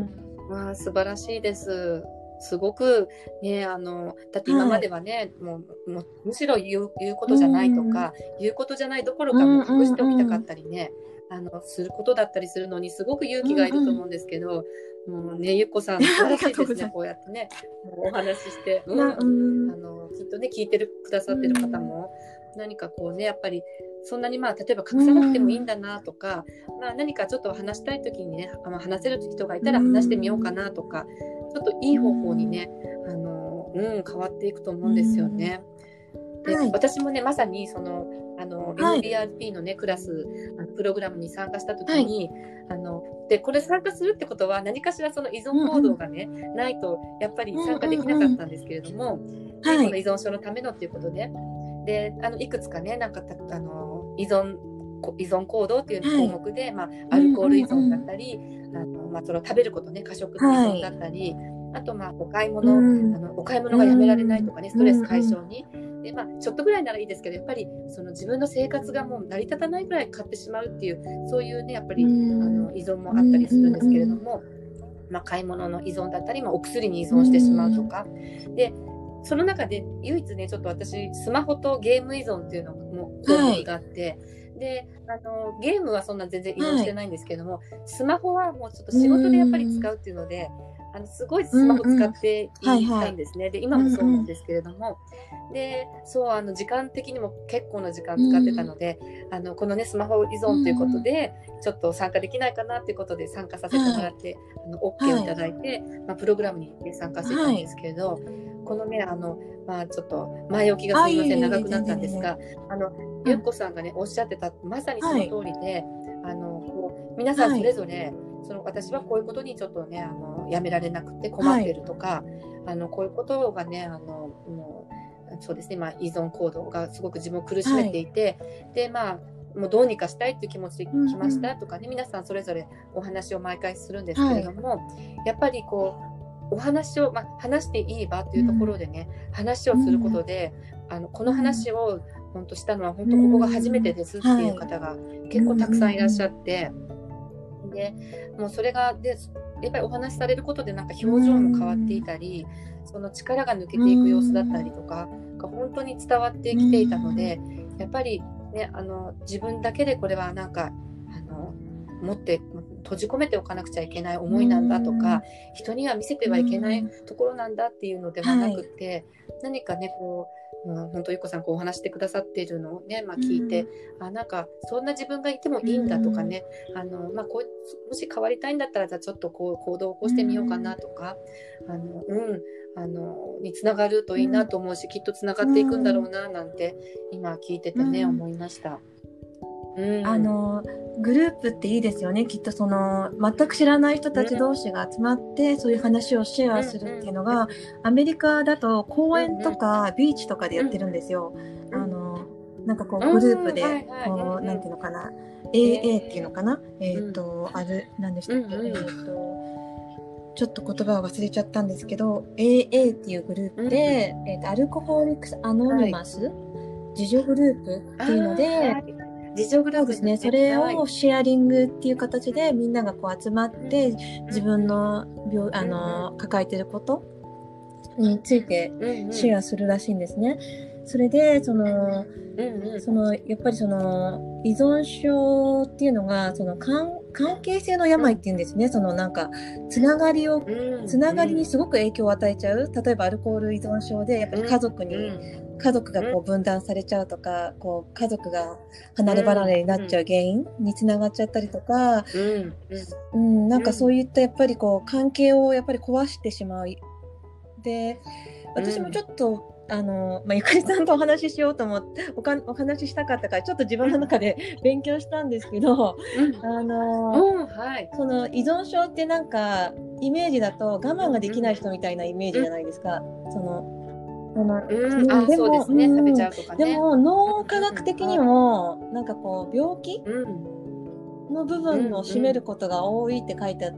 まあ素晴らしいです。すごくね、あのだって今まではね、はい、もう、もうむしろ言う、言うことじゃないとか、うん、言うことじゃないどころかもう隠しておきたかったりね、うんうんうん、あのすることだったりするのにすごく勇気がいると思うんですけど、うんうん、もうね、ゆっこさん素晴らしいですね。こうやってねもうお話しして、うん、あのきっとね聞いてるくださってる方も、うん、何かこうねやっぱりそんなにまあ例えば隠さなくてもいいんだなとか、うん、まあ、何かちょっと話したい時にね、話せる人がいたら話してみようかなとか、ちょっといい方向にね、あの、うん、変わっていくと思うんですよね。で、はい、私もね、まさにその、あの、はい、エヌビーアールピー のね、クラス、あのプログラムに参加した時に、はい、あの、で、これ参加するってことは何かしらその依存行動がね、うんうん、ないと、やっぱり参加できなかったんですけれども、うんうんうん、で、その依存症のためのっていうことで、で、あの、いくつかね、なんか、あの、依存、依存行動っていう項目で、はい、まあ、アルコール依存だったり、うんうん、あのまあ、その食べることね、過食の依存だったり、はい、あとまあお買い物、うん、あのお買い物がやめられないとかね、ストレス解消に、で、まあ、ちょっとぐらいならいいですけど、やっぱりその自分の生活がもう成り立たないぐらい買ってしまうっていう、そういうねやっぱり、うん、あの依存もあったりするんですけれども、まあ、買い物の依存だったり、まあ、お薬に依存してしまうとか、でその中で唯一ねちょっと私スマホとゲーム依存っていうのも項目があって、はい、であのゲームはそんな全然依存してないんですけども、はい、スマホはもうちょっと仕事でやっぱり使うっていうので、あのすごいスマホ使っていたんですね、うんうん、で今もそうなんですけれども、うんうん、でそうあの時間的にも結構な時間使ってたので、うん、あのこのねスマホ依存ということで、うん、ちょっと参加できないかなということで参加させてもらって、はい、あの OK をいただいて、はい、まあ、プログラムに、ね、参加してたんですけれど、はい、このねあの、まあ、ちょっと前置きがすみません長くなったんですが、あのゆっこさんがねおっしゃってたまさにその通りで、はい、あのこう皆さんそれぞれ、はい、その私はこういうことにちょっとねあのやめられなくて困ってるとか、はい、あのこういうことがねあのもうそうですね、まあ、依存行動がすごく自分を苦しめていて、はい、でまあもうどうにかしたいっていう気持ちで来ましたとかね、うんうん、皆さんそれぞれお話を毎回するんですけれども、はい、やっぱりこうお話を、まあ、話していい場というところでね、うん、話をすることで、うん、あのこの話を本当したのは本当ここが初めてですっていう方が結構たくさんいらっしゃって、うん、でもうそれがでやっぱりお話しされることでなんか表情も変わっていたり、その力が抜けていく様子だったりとかが本当に伝わってきていたので、やっぱりねあの自分だけでこれはなんかあの持って閉じ込めておかなくちゃいけない思いなんだとか、人には見せてはいけないところなんだっていうのではなくて、はい、何かねこう、うん、本当ゆっこさんこうお話してくださっているのをね、まあ、聞いて、うん、あなんかそんな自分がいてもいいんだとかね、うん、あのまあ、こうもし変わりたいんだったらじゃあちょっとこう行動を起こしてみようかなとか、あの、うんあのにつながるといいなと思うし、うん、きっとつながっていくんだろうななんて今聞いててね、うん、思いました。うん、 あのグループっていいですよね。きっとその全く知らない人たち同士が集まって、うん、そういう話をシェアするっていうのが、うんうん、アメリカだと公園とかビーチとかでやってるんですよ。うん、あのなんかこうグループでこう、なんていうのかな、エーエー っていうのかな、えっと、ある、なんでしたっけ、えっとちょっと言葉を忘れちゃったんですけど、エーエー っていうグループで、うん、えーと、アルコホーリックスアノニマス、はい、自助グループっていうので、はい、自助グループですね、それをシェアリングっていう形でみんながこう集まって、うん、自分の病、あの、うん、抱えてることについてシェアするらしいんですね。それで、その、うんうん、その、やっぱりその、依存症っていうのが、その、関関係性の病っていうんですね。その、なんか、つながりを、つながりにすごく影響を与えちゃう。例えば、アルコール依存症で、やっぱり家族に、家族がこう分断されちゃうとか、こう、家族が離れ離れになっちゃう原因につながっちゃったりとか、うん、なんかそういったやっぱりこう、関係をやっぱり壊してしまう。で、私もちょっと、あの、まあ、ゆかりさんとお話ししようと思って、おかお話ししたかったから、ちょっと自分の中で勉強したんですけど、うん、あの、うんはい、その依存症ってなんか、イメージだと我慢ができない人みたいなイメージじゃないですか。うん、その、その、うんうん、でも、そうですね、食べちゃうとかね。でも、脳科学的にも、なんかこう、病気の部分を占めることが多いって書いてあって、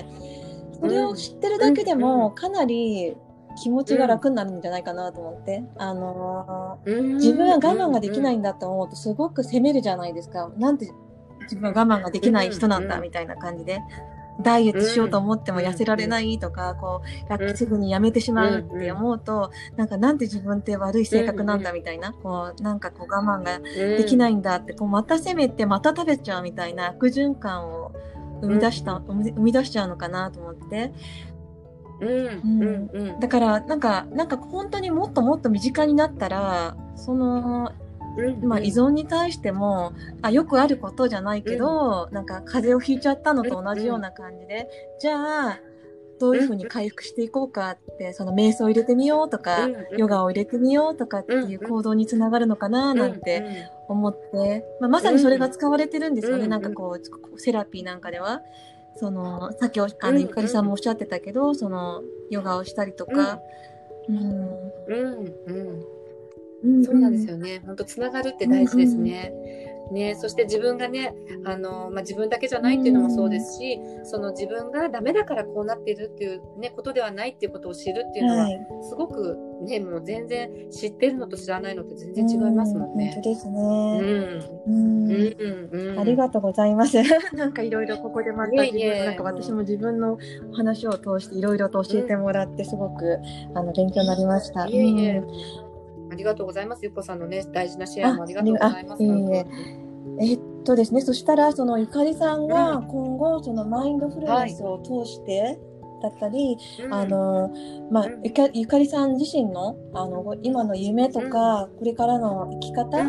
それを知ってるだけでも、かなり、気持ちが楽になるんじゃないかなと思って、うん、あのー、自分は我慢ができないんだと思うとすごく責めるじゃないですか。なんて自分は我慢ができない人なんだみたいな感じで、ダイエットしようと思っても痩せられないとか、こうすぐにやめてしまうって思うと、なんかなんて自分って悪い性格なんだみたいな、こうなんかこう我慢ができないんだって、こうまた責めてまた食べちゃうみたいな悪循環を生み出した生み出しちゃうのかなと思って。うんうんうん、だからなんかなんか本当にもっともっと身近になったらその、うんうん、まあ、依存に対してもあよくあることじゃないけど、うん、なんか風邪をひいちゃったのと同じような感じで、うんうん、じゃあどういうふうに回復していこうかってその瞑想を入れてみようとか、うんうん、ヨガを入れてみようとかっていう行動につながるのかななんて思って、まあ、まさにそれが使われてるんですよね、うんうん、なんかこうセラピーなんかでは。そのさっきあのゆかりさんもおっしゃってたけど、そのヨガをしたりとか、うんうんうんうん、そうなんですよね。本当つながるって大事ですね。うん、ね、そして自分がね、あのまあ、自分だけじゃないっていうのもそうですし、うん、その自分がダメだからこうなっているっていうねことではないっていうことを知るっていうのは、はい、すごくねもう全然知ってるのと知らないのって全然違いますもんね。 うん、本当ですね。うんうんうん、ありがとうございます。なんかいろいろここでまた自分いえいえなんか私も自分の話を通していろいろと教えてもらってすごく、うん、あの勉強になりました。 いえいえ、うん、ありがとうございます。ゆっこさんのね大事なシェアもありがとうございます。いえいええっとですね、そしたらそのゆかりさんが今後そのマインドフルネスを通して、はいだったり、うん、あの、まあ、うん、ゆか、ゆかりさん自身の、あの、今の夢とか、うん、これからの生き方、うん、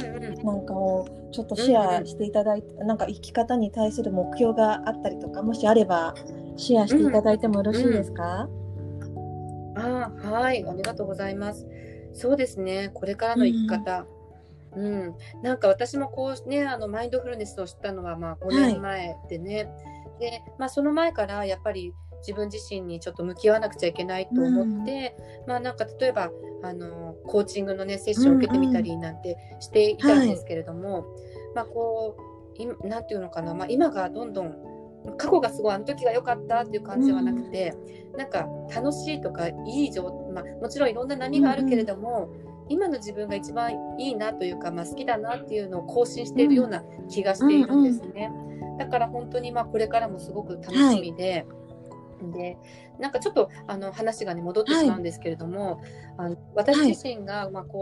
なんかをちょっとシェアしていただいて、うん、なんか生き方に対する目標があったりとか、もしあればシェアしていただいてもよろしいですか？ うんうん、あはい、ありがとうございます。そうですね、これからの生き方。うん、うん、なんか私もこうね、あの、マインドフルネスを知ったのは、まあ、ごねんまえでね、はい、で、まあ、その前からやっぱり、自分自身にちょっと向き合わなくちゃいけないと思って、うん、まあなんか例えばあのコーチングのねセッションを受けてみたりなんてしていたんですけれども、うんうんはい、まあこうなんていうのかな、まあ、今がどんどん過去がすごいあの時が良かったっていう感じではなくて、うん、なんか楽しいとかいい状、まあ、もちろんいろんな波があるけれども、うんうん、今の自分が一番いいなというか、まあ、好きだなっていうのを更新しているような気がしているんですね、うんうん、だから本当にまあこれからもすごく楽しみで、はいでなんかちょっとあの話がね戻ってしまうんですけれども、はい、あの私自身が、まあこう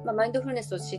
まあ、マインドフルネスを知った、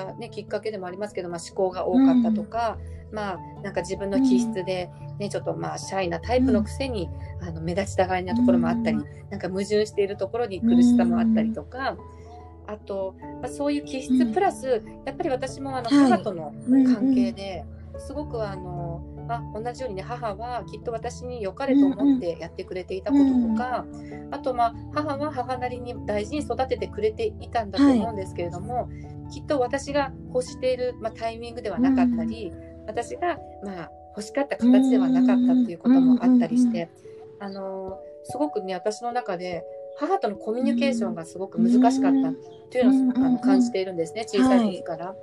ね、きっかけでもありますけど、まあ、思考が多かったとか、うん、まあ、なんか自分の気質で、ね、ちょっとまあシャイなタイプのくせに、うん、あの目立ちたがりなところもあったり、うん、なんか矛盾しているところに苦しさもあったりとか、あと、まあ、そういう気質プラス、やっぱり私もあの母との関係で、すごくあの、まあ、同じようにね、母はきっと私に良かれと思ってやってくれていたこととか、あとまあ母は母なりに大事に育ててくれていたんだと思うんですけれども、はい、きっと私が欲している、まあ、タイミングではなかったり、私がまあ欲しかった形ではなかったっていうこともあったりして、あのすごくね、私の中で母とのコミュニケーションがすごく難しかったっていうのをあの感じているんですね、小さい時から。はい、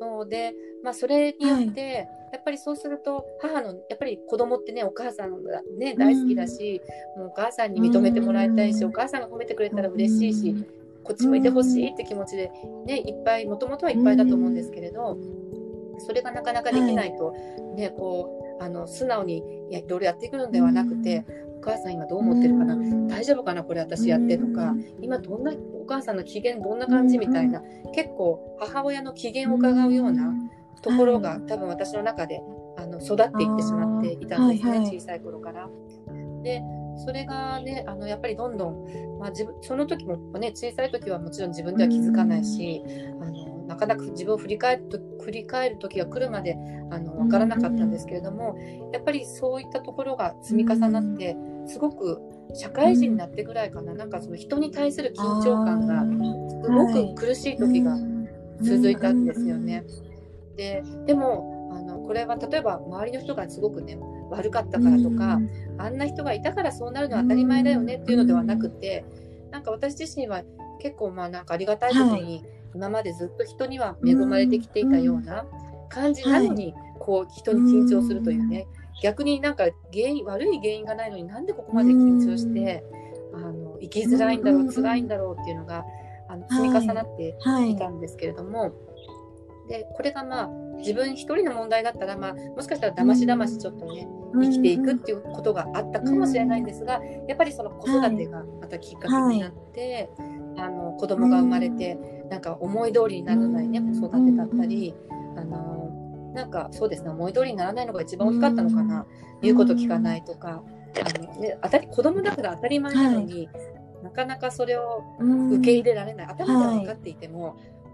ので、まあ、それによって、はい、やっぱりそうすると母のやっぱり子供ってね、お母さんがね大好きだし、もうお母さんに認めてもらいたいし、お母さんが褒めてくれたら嬉しいし、こっちもいてほしいって気持ちでね、いっぱい、もともとはいっぱいだと思うんですけれど、それがなかなかできないと、ね、はい、こうあの素直にいやいろいろやっていくのではなくて、お母さん今どう思ってるかな、大丈夫かなこれ私やってとか、今どんなお母さんの機嫌どんな感じみたいな、結構母親の機嫌を伺うようなところが多分私の中であの育っていってしまっていたんですね、はいはい、小さい頃から。でそれがね、あのやっぱりどんどん、まあ、自分その時もね、小さい時はもちろん自分では気づかないし、あのなかなか自分を振り返ると振り返る時が来るまであの分からなかったんですけれども、やっぱりそういったところが積み重なってすごく社会人になってぐらいかな、なんかその人に対する緊張感がすごく苦しい時が続いたんですよね。で, でもあのこれは例えば周りの人がすごくね悪かったからとか、あんな人がいたからそうなるのは当たり前だよねっていうのではなくて、なんか私自身は結構まあなんかありがたいことに、はい、今までずっと人には恵まれてきていたような感じなのに、こう人に緊張するというね、逆になんか原因悪い原因がないのになんでここまで緊張してあの生きづらいんだろう、辛いんだろうっていうのがあの積み重なっていたんですけれども、はいはい、でこれがまあ自分一人の問題だったら、まあ、もしかしたらだましだましちょっとね生きていくっていうことがあったかもしれないんですが、やっぱりその子育てがまたきっかけになって、はい、あの子供が生まれてなんか思い通りにならないね子育てだったり、あのなんかそうですね、思い通りにならないのが一番大きかったのかな、言うこと聞かないとか、あの、ね、当たり子供だから当たり前なのに、はい、なかなかそれを受け入れられない、頭では分かっていても、はい、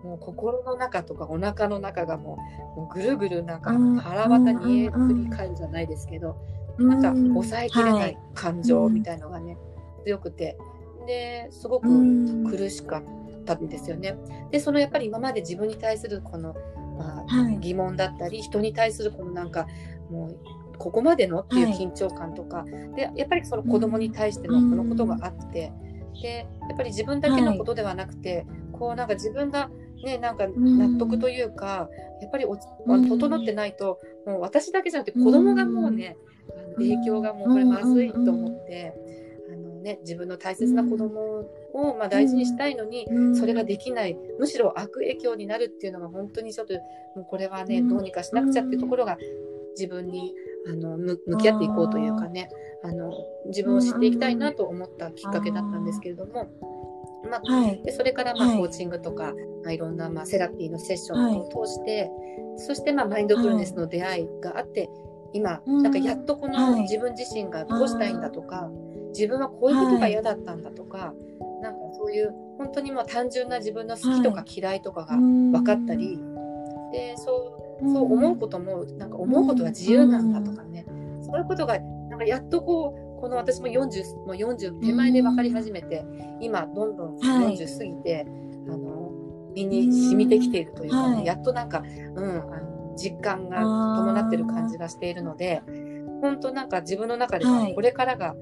もう心の中とかお腹の中がもう、もうぐるぐるなんか腹渡にえくり返るじゃないですけど、なんか抑えきれない感情みたいのがね、強くて、ですごく苦しかったんですよね。でそのやっぱり今まで自分に対するこの、まあ、疑問だったり、人に対するこのなんかもうここまでのっていう緊張感とか、でやっぱりその子供に対してのこのことがあって、でやっぱり自分だけのことではなくて、こうなんか自分がね、なんか納得というか、やっぱりお整ってないと、もう私だけじゃなくて子供がもうね、あの影響がもうこれまずいと思って、あのね、自分の大切な子供をまあ大事にしたいのに、それができない、むしろ悪影響になるっていうのが本当にちょっと、もうこれはね、どうにかしなくちゃっていうところが自分にあの向き合っていこうというかね、あの自分を知っていきたいなと思ったきっかけだったんですけれども、まあはい、でそれからまあコーチングとか、はいまあ、いろんなまあセラピーのセッションを通して、はい、そしてまあマインドフルネスの出会いがあって、はい、今なんかやっとこの自分自身がどうしたいんだとか、自分はこういうことが嫌だったんだとか、はい、なんかそういう本当にまあ単純な自分の好きとか嫌いとかが分かったり、はい、でそうそう思うこともなんか思うことは自由なんだとかね、そういうことがなんかやっとこうこの私もよんじゅう、もうよんじゅう手前で分かり始めて、今どんどんよんじゅう過ぎて、はい、あの身に染みてきているというか、ねはい、やっとなんか、うん、あの実感が伴ってる感じがしているので、本当なんか自分の中ではこれからが、はい、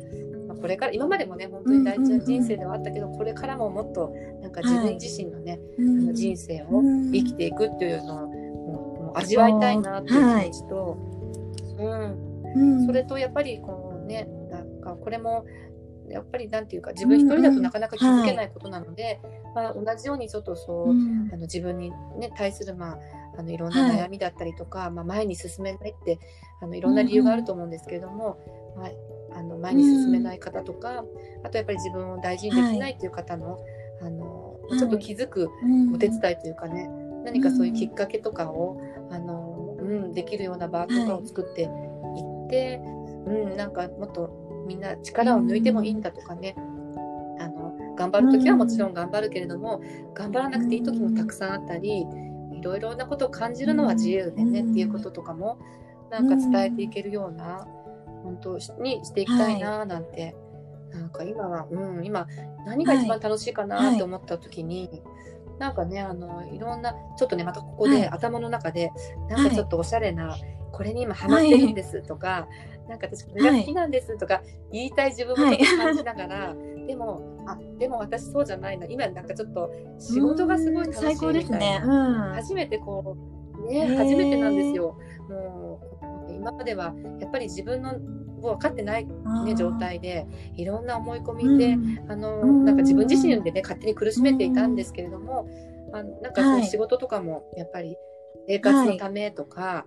これから今までもね本当に大事な人生ではあったけど、これからももっとなんか自分自身のね、はい、あの人生を生きていくっていうのをもうもう味わいたいなっていう気持ちと、はいうん、それとやっぱりこうねこれもやっぱりなんていうか自分一人だとなかなか気づけないことなので、うんはいまあ、同じようにちょっとそう、うん、あの自分に、ね、対する、まあ、あのいろんな悩みだったりとか、はいまあ、前に進めないってあのいろんな理由があると思うんですけれども、うんまあ、あの前に進めない方とか、うん、あとやっぱり自分を大事にできないっていう方の、はい、あのちょっと気づくお手伝いというかね、何かそういうきっかけとかを、あの、うん、できるような場とかを作っていって、はい、うん、なんかもっとみんな力を抜いてもいいんだとかね、あの頑張るときはもちろん頑張るけれども、頑張らなくていいときもたくさんあったり、いろいろなことを感じるのは自由でね、っていうこととかもなんか伝えていけるような、本当にしていきたいななんて、はい、なんか今は、うん、今何が一番楽しいかなって思ったときに、はいはい、なんかね、あのいろんなちょっとね、またここで、はい、頭の中でなんかちょっとおしゃれな、はい、これに今ハマってるんですとか、はい、なんか私これが好きなんですとか言いたい自分もちょっと感じながら、はい、でもあでも私そうじゃないな、今なんかちょっと仕事がすごい楽しいみたいな、最高ですね、うん、初めてこうね、初めてなんですよ。もう今まではやっぱり自分の分かってない、ね、状態でいろんな思い込みで、うん、あのなんか自分自身でね勝手に苦しめていたんですけれども、うん、あのなんかその仕事とかもやっぱり生活のためとか、はい、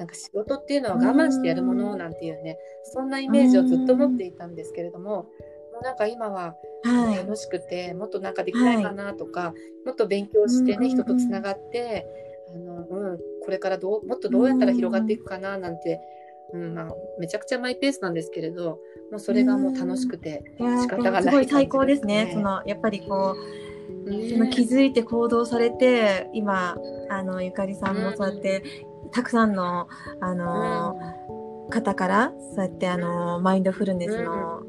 なんか仕事っていうのは我慢してやるものなんていうね、そんなイメージをずっと持っていたんですけれども、もうなんか今は楽しくて、はい、もっとなんかできないかなとか、はい、もっと勉強してね、人とつながって、あの、うん、これからどうもっとどうやったら広がっていくかななんて、うんまあ、めちゃくちゃマイペースなんですけれど、もうそれがもう楽しくて仕方がない感じですね。すごい最高ですね。そのやっぱりこう、ね、その気づいて行動されて、今あのゆかりさんもそうやって、うん、たくさんのあの、うん、方からそうやってあのマインドフルネスの、うん、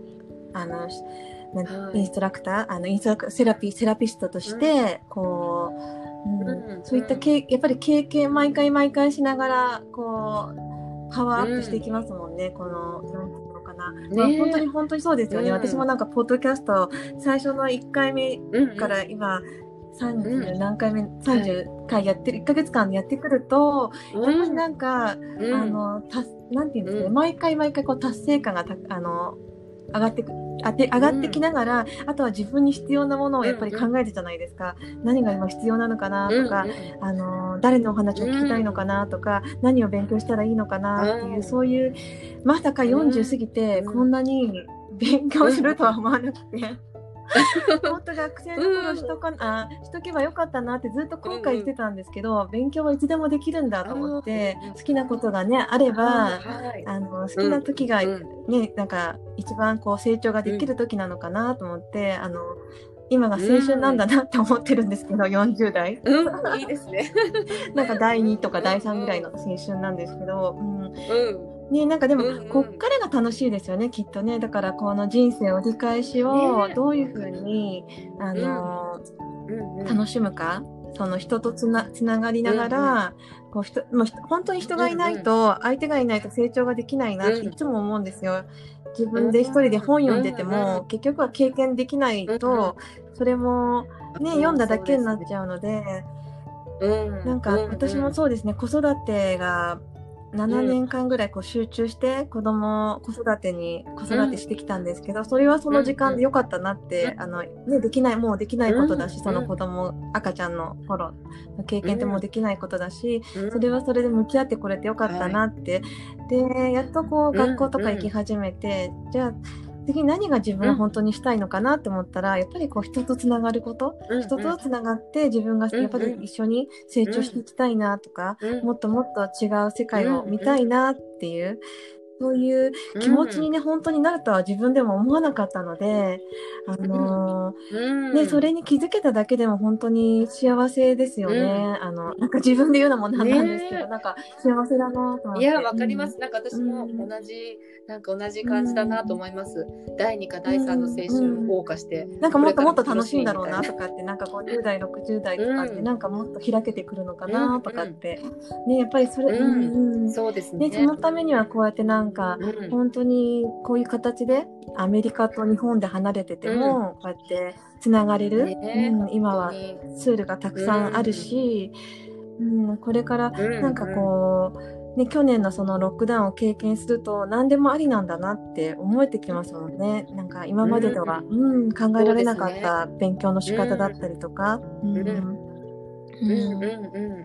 あのインストラクター、はい、あのインストラクセラピセラピストとして、うん、こう、うんうん、そういったけやっぱり経験毎回毎回しながらこうパワーアップしていきますもんね、うん、このなんていうのかな、ね、まあ、本当に本当にそうですよね、うん、私もなんかポッドキャスト最初のいっかいめから今さんじゅう何回目、うん、さんじゅっかいやってる、はい、いっかげつかんやってくると、うん、やっぱりなんか、うん、あのたなんていうんですかね、うん、毎回毎回こう達成感がたあの上がってくあて上がってきながら、うん、あとは自分に必要なものをやっぱり考えるじゃないですか、うんうん、何が今必要なのかなとか、うんうん、あの誰のお話を聞きたいのかなとか、うん、何を勉強したらいいのかなっていう、うん、そういうまさかよんじゅう過ぎてこんなに勉強するとは思わなくて、もっと学生の頃しとか、うん、あしとけばよかったなってずっと後悔してたんですけど、うん、勉強はいつでもできるんだと思って、好きなことがねあれば、はい、あの好きな時が、うんね、なんか一番こう成長ができる時なのかなと思って、うん、あの今が青春なんだなって思ってるんですけど、うん、よんじゅう代、 うん、いいですねなんかだいにとかだいさんぐらいの青春なんですけど、うんうんね、なんかでも、うんうん、こっからが楽しいですよね、きっとね。だからこの人生折り返しをどういうふうに、ね、あの、うんうん、楽しむか、その人とつな、つながりながら、うんうん、こう人もう本当に人がいないと、相手がいないと成長ができないなっていつも思うんですよ。自分で一人で本読んでても、結局は経験できないと、それもね、読んだだけになっちゃうので、なんか私もそうですね、子育てがななねんかんぐらいこう集中して子供子育てに子育てしてきたんですけど、それはその時間でよかったなって、あのね、できないもうできないことだし、その子供赤ちゃんの頃の経験ってもうできないことだし、それはそれで向き合ってこれてよかったなって、でやっとこう学校とか行き始めて、じゃあ次何が自分は本当にしたいのかなって思ったら、やっぱりこう人とつながること、うんうん、人とつながって自分がやっぱり一緒に成長していきたいなとか、うんうん、もっともっと違う世界を見たいなっていう、そういう気持ちにね、うん、本当になるとは自分でも思わなかったので、あのーうん、ね、それに気づけただけでも本当に幸せですよね。うん、あのなんか自分で言うのもなんなんですけど、ね、なんか幸せだなと思って。 いや、わかります。うん、なんか私も同じ、うん、なんか同じ感じだなと思います。うん、だいにかだいさんの青春を謳歌して、うん、 なんかもっともっと楽しいんだろうなとかって、なんかごじゅう代ろくじゅう代とかってなんかもっと開けてくるのかなとかって、うん、ね、やっぱりそれ、 うんうん、そうですね。 ね、そのためにはこうやってなんか、うん、本当にこういう形でアメリカと日本で離れてても、こうやってつながれる、ね、うん、今はツールがたくさんあるし、うんうん、これからなんかこう、うんうんね、去年のそのロックダウンを経験すると何でもありなんだなって思えてきますもんね。なんか今まででは、うんうん、考えられなかった勉強の仕方だったりとか。 うんうんうんうん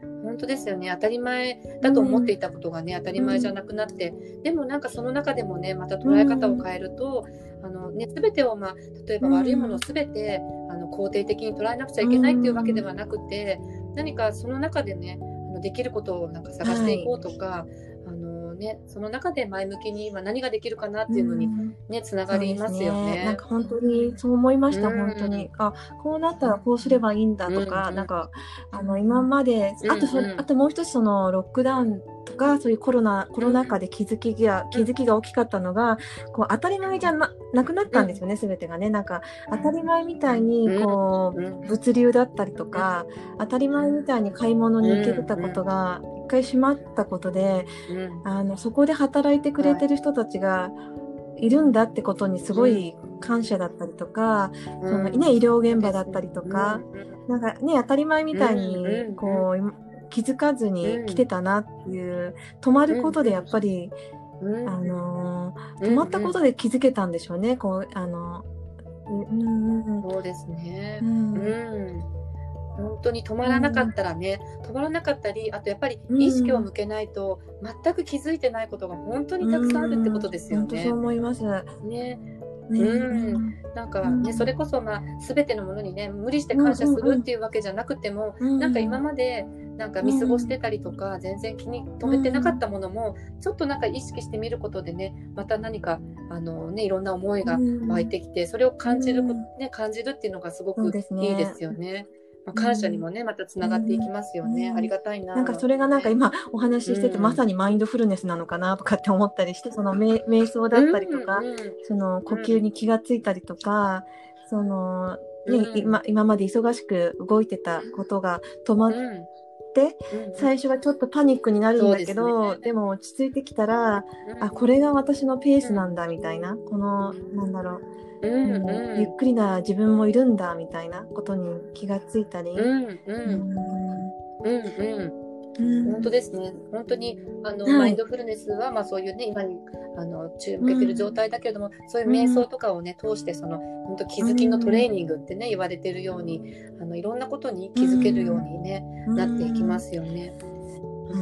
本当ですよね。当たり前だと思っていたことがね、うん、当たり前じゃなくなって、でもなんかその中でもね、また捉え方を変えると、うん、あのね、全てを、まあ、例えば悪いものを全て、うん、あの肯定的に捉えなくちゃいけないっていうわけではなくて、うん、何かその中でね、あのできることをなんか探していこうとか、はい、あのね、その中で前向きに今何ができるかなっていうのにね、つながりますよね。 なんか本当にそう思いました、うん、本当に。あ、こうなったらこうすればいいんだとか、うん、なんか、あの、今まで、あとそ、うん、あともう一つその、ロックダウンとか、そういうコロナ、コロナ禍で気づきが、気づきが大きかったのが、こう、当たり前じゃな、なくなったんですよね、すべてがね。なんか、当たり前みたいに、こう、物流だったりとか、当たり前みたいに買い物に行けてたことが、一回閉まったことで、あの、そこで働いてくれてる人たちが、いるんだってことにすごい感謝だったりとか、うん、そのね、医療現場だったりとか、うん、なんかね、当たり前みたいに、こう、気づかずに来てたなっていう、止まることでやっぱり、あのー、止まったことで気づけたんでしょうね、こう、あの、 うん、そうですね。うん、うん本当に止まらなかったらね、うん、止まらなかったり、あとやっぱり意識を向けないと、全く気づいてないことが本当にたくさんあるってことですよね。 本当そう思います。 ね。ねうん、なんかね、それこそまあ全てのものにね無理して感謝するっていうわけじゃなくても、うんうんうん、なんか今までなんか見過ごしてたりとか、うん、全然気に留めてなかったものも、うん、ちょっとなんか意識してみることでね、また何かあのねいろんな思いが湧いてきて、それを感じる、ね、感じるっていうのがすごくいいですよね。まあ、感謝にもね、またつながっていきますよね。うん、ありがたいな。 なんかそれがなんか今お話ししてて、うん、まさにマインドフルネスなのかなとかって思ったりして、その瞑想だったりとか、うんうん、その呼吸に気がついたりとか、その、ね、うん、今、今まで忙しく動いてたことが止まって、うん、最初はちょっとパニックになるんだけど、 で, ね、でも落ち着いてきたら、あ、これが私のペースなんだみたいな、この、なんだろう、うんうん、ゆっくりな自分もいるんだみたいなことに気がついたり、 うんうんうんうん、本当ですね。本当にあの、はい、マインドフルネスはまあそういうね今にあの注意向けてる状態だけれども、うん、そういう瞑想とかをね通してその本当気づきのトレーニングってね言われてるように、あのいろんなことに気づけるようにね、うん、なっていきますよね。 うん、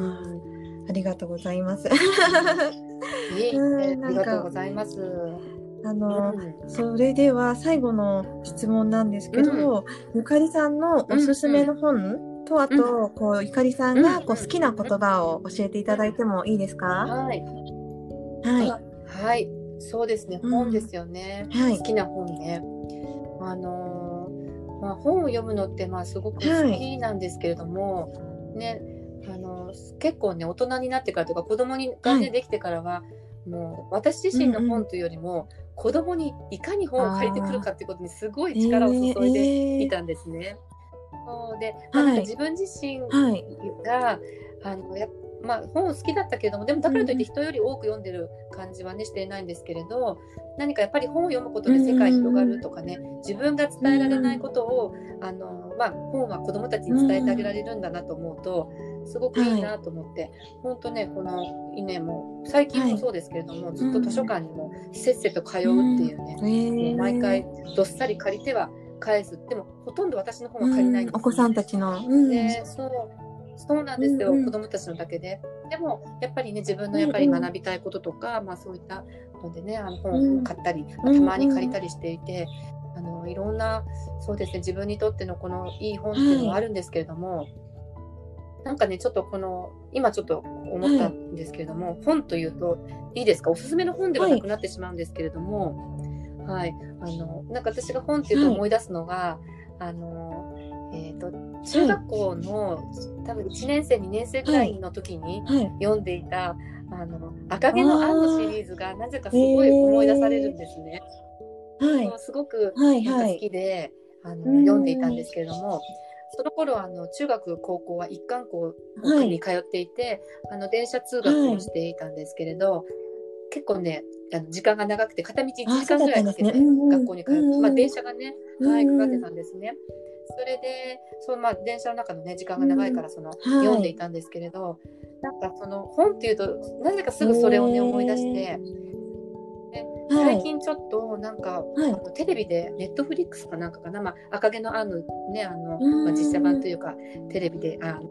ありがとうございます。いえいえ、ありがとうございます。 あの、うん、それでは最後の質問なんですけど、うん、ゆかりさんのおすすめの本、うん、とあと、うん、こうゆかりさんがこう好きな言葉を教えていただいてもいいですか？ はい。はい。はい。そうですね。本ですよね。はい、好きな本ね。あのー、まあ本を読むのってまあすごく好きなんですけれども、はい、ね、あのー、結構ね大人になってからとか子供にが、ねはい、できてからはもう私自身の本というよりも、うんうん、子供にいかに本を借りてくるかっていうことにすごい力を注いでいたんですね。えー、で、まあ、なんか自分自身が、はい、あのやまあ、本好きだったけれどもでもだからといって人より多く読んでる感じはねしていないんですけれど、何かやっぱり本を読むことで世界広がるとかね、自分が伝えられないことをあの、まあ、本は子どもたちに伝えてあげられるんだなと思うとすごくいいなと思って、はい、本当ねこのねもう最近もそうですけれども、はい、ずっと図書館にもせっせと通うっていうね、うん、もう毎回どっさり借りては返す。でもほとんど私の本は借りないんです、ね、 うん、お子さんたちの、 うん、でそうそうなんですよ、うんうん、子供たちのだけで。でもやっぱりね自分のやっぱり学びたいこととか、うんうん、まあそういったのでねあの本を買ったり、うん、たまに借りたりしていて、うんうん、あのいろんなそうですね自分にとってのこのいい本っていうのはあるんですけれども、はい、なんかねちょっとこの今ちょっと思ったんですけれども、はい、本というといいですかおすすめの本ではなくなってしまうんですけれども、はい、はい、あのなんか私が本っていうと思い出すのが、はい、あのえーと中学校の、はい、多分いちねん生にねん生ぐらいの時に読んでいた、はい、あの赤毛のアンのシリーズがなぜかすごい思い出されるんですね。はい、すごくなんか好きで、はいはい、あの読んでいたんですけれども、その頃あの中学高校は一貫校に通っていて、はい、あの電車通学をしていたんですけれど、はい、結構ねあの時間が長くて片道いちじかんぐらいかけて学校に通って、ね、まあ、電車がね、はい、かかってたんですね。それでその、まあ、電車の中の、ね、時間が長いからその、うん、読んでいたんですけれど、なんかその本っていうとなぜかすぐそれを、ね、思い出して、で最近ちょっとなんか、はい、あのテレビでネットフリックスかなんかかな、まあ、赤毛のアンの、ねあのまあ、実写版というかテレビであの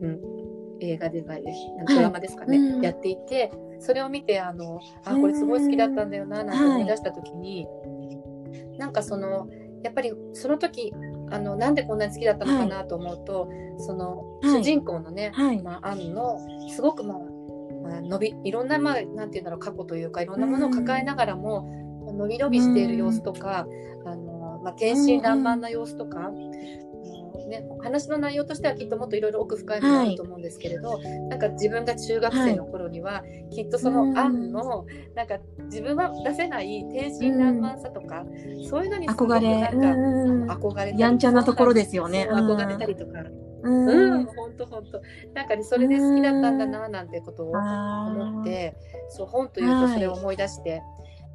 うん、映画デザインでドラマですかね、 はいうん、 やっていて、それを見てあのあこれすごい好きだったんだよななんて思い出した時に、はい、なんかそのやっぱりその時あのなんでこんなに好きだったのかなと思うと、はい、その主人公のね、はいまあ、アンのすごくまあまあ、伸びいろんな、まあ、なんていうんだろう過去というかいろんなものを抱えながらも、うん、伸び伸びしている様子とか、うん、あのまあ、天真爛漫な様子とか、うんね、話の内容としてはきっともっといろいろ奥深いものあると思うんですけれど、はい、なんか自分が中学生の頃には、はい、きっとそのアンのなんか自分は出せない天真爛漫さとか、うん、そういうのにすごくなんか憧れたりやんちゃなところですよね。 憧れたりとか。うん、本当本当なんかねそれで好きだったんだななんてことを思って、そう本というとそれを思い出して、はい、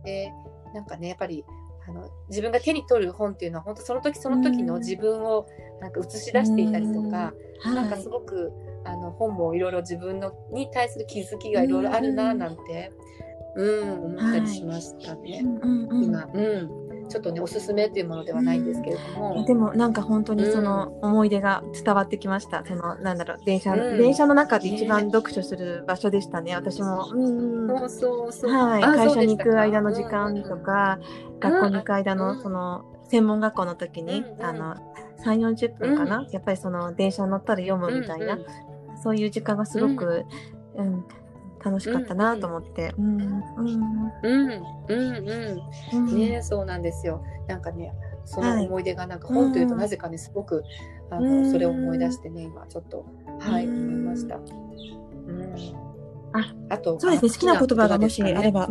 でなんかねやっぱりあの自分が手に取る本っていうのは本当その時その時の自分をなんか映し出していたりとか、なんかすごくあの本もいろいろ自分のに対する気づきがいろいろあるななんて、うん、思ったりしましたね、はい、今、うんちょっとねおすすめっていうものではないんですけれども、 でもなんか本当にその思い出が伝わってきました、うん、そのなんだろう電車、うん、電車の中で一番読書する場所でしたね、私も、うん、 そうそうはい、会社に行く間の時間とか、うん、学校に行く間のその専門学校の時に、うん、あのさんじゅうよんじゅっぷんかな、うん、やっぱりその電車に乗ったら読むみたいな、うんうん、そういう時間がすごく、うんうん楽しかったなと思って、うんうんうんうんうんねそうなんですよ。なんかねその思い出がなんか本というとなぜかねすごくあのそれを思い出してね今ちょっとはい思いました。うん。 あ、あとそうですね好きな言葉がもしあれば、うん。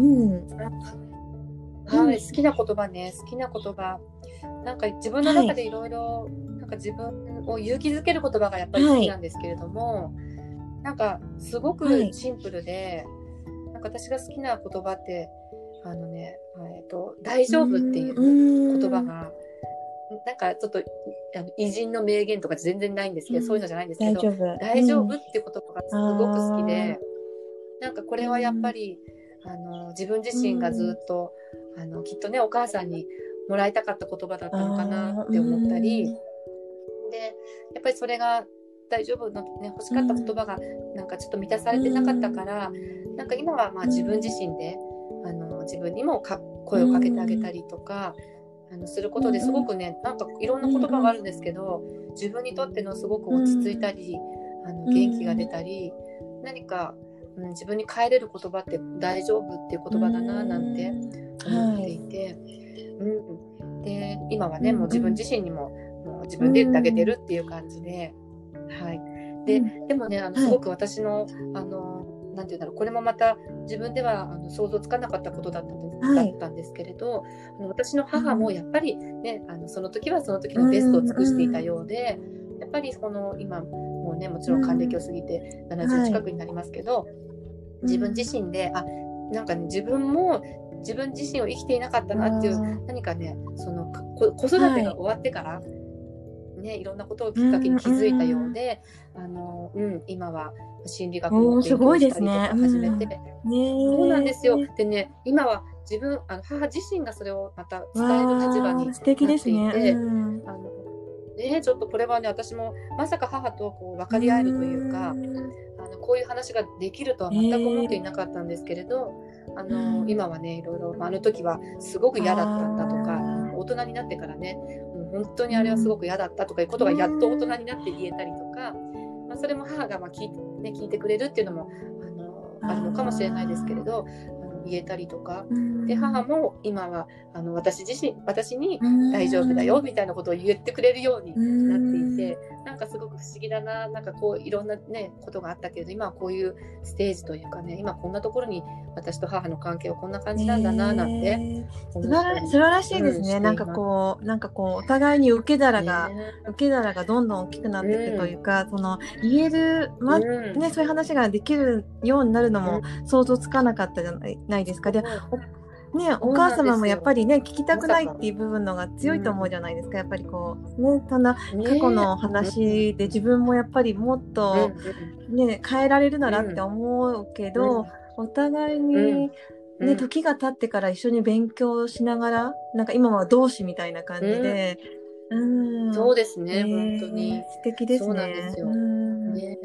はい、好きな言葉ね好きな言葉なんか自分の中でいろいろなんか自分を勇気づける言葉がやっぱり好きなんですけれども。はいなんかすごくシンプルで、はい、なんか私が好きな言葉ってあのね、えっと大丈夫っていう言葉がなんかちょっとあの偉人の名言とか全然ないんですけど、そういうのじゃないんですけど、大丈夫、大丈夫っていう言葉がすごく好きで、なんかこれはやっぱりあの自分自身がずっとあのきっとねお母さんにもらいたかった言葉だったのかなって思ったり、でやっぱりそれが大丈夫の、ね、欲しかった言葉がなんかちょっと満たされてなかったから、なんか今はまあ自分自身であの自分にもか声をかけてあげたりとかあのすることですごくねなんかいろんな言葉があるんですけど自分にとってのすごく落ち着いたりあの元気が出たり何か、うん、自分に変えれる言葉って大丈夫っていう言葉だななんて思っていて、うん、で今はねもう自分自身にも、もう自分で言ってあげてるっていう感じで。はい、で、うん、でもねあのすごく私の、はい、あのなんていうんだろうこれもまた自分ではあの想像つかなかったことだったんです、はい、だったんですけれどあの私の母もやっぱり、ね、あのその時はその時のベストを尽くしていたようで、うん、やっぱりこの今もうねもちろん還暦を過ぎてななじゅう近くになりますけど、はい、自分自身であなんかね自分も自分自身を生きていなかったなっていう何かねその子育てが終わってから、はいね、いろんなことをきっかけに気づいたようで、うんうんあのうん、今は心理学の勉強をしたりとか始めて、ね、そうなんですよ。でね、今は自分あの母自身がそれをまた伝える立場になっていて、ねうんあのね、ちょっとこれはね私もまさか母とこう分かり合えるというか、うあのこういう話ができるとは全く思っていなかったんですけれど、あの今はねいろいろあの時はすごく嫌だったんだとか大人になってからね本当にあれはすごく嫌だったとかいうことがやっと大人になって言えたりとか、まあ、それも母がまあ聞いて、ね、聞いてくれるっていうのもあのあるのかもしれないですけれどあの言えたりとかで母も今はあの私自身私に大丈夫だよみたいなことを言ってくれるようになっていてなんかすごく不思議だななんかこういろんな、ね、ことがあったけれど今はこういうステージというかね今こんなところに私と母の関係はこんな感じなんだななんて素晴らしいですね、うん、なんかこうなんかこうお互いに受け皿が、ね、受け皿がどんどん大きくなっていくというか、うん、その言える、まうんね、そういう話ができるようになるのも想像つかなかったじゃないですか、うん、でね、お母様もやっぱりね聞きたくないっていう部分のが強いと思うじゃないですか、うん、やっぱりこうねただ過去の話で自分もやっぱりもっと、ね、変えられるならって思うけど、うん、お互いに、ね、時が経ってから一緒に勉強しながらなんか今は同志みたいな感じで、 うんうん、そうですね、えー、本当に素敵ですね。 そうなんですよ、うんね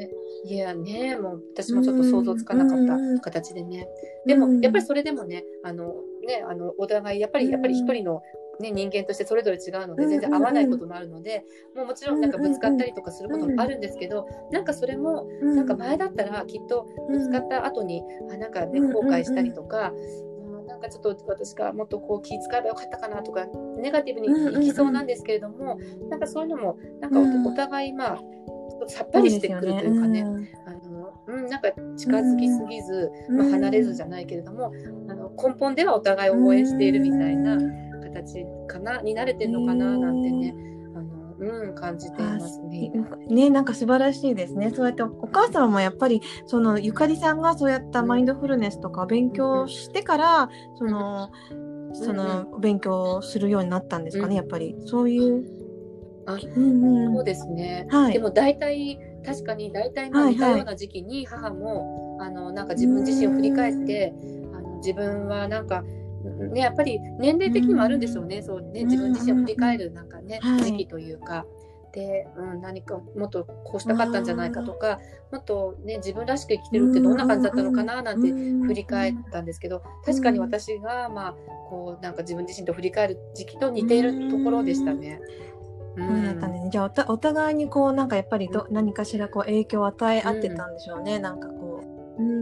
いやね、もう私もちょっと想像つかなかった形でね。でも、やっぱりそれでもね、あの、ね、あの、お互い、やっぱり、やっぱり一人の、ね、人間としてそれぞれ違うので、全然合わないこともあるので、もうもちろんなんかぶつかったりとかすることもあるんですけど、なんかそれも、なんか前だったらきっとぶつかった後に、あ、なんかね、後悔したりとか、なんかちょっと私がもっとこう気遣えばよかったかなとか、ネガティブにいきそうなんですけれども、なんかそういうのも、なんか お, お互い、まあ、さっぱりしてくるというかね、あの、うん、なんか近づきすぎず、まあ、離れずじゃないけれども、あの根本ではお互いを応援しているみたいな形かな、に慣れてるのかななんてね、あの、うん、感じていますね。 ね、なんか素晴らしいですね。そうやってお母さんもやっぱりそのゆかりさんがそうやったマインドフルネスとか勉強してから、うん、その、うん、その勉強するようになったんですかね、うん、やっぱりそういう。 あ、うんうん、そうですね。はい、でも大体確かに大体まあ似たような時期に母も、はいはい、あのなんか自分自身を振り返ってあの自分はなんかねやっぱり年齢的にもあるんでしょうね。そうね自分自身を振り返るなんかね、はい、時期というか。で、うん、何かもっとこうしたかったんじゃないかとかもっとね自分らしく生きてるってどんな感じだったのかななんて振り返ったんですけど、確かに私がまあこうなんか自分自身と振り返る時期と似ているところでしたね。 そうだったね。じゃあ お, たお互いにこうなんかやっぱりど、うん、何かしらこう影響を与え合ってたんでしょうね。うん、なんかこう、 うん、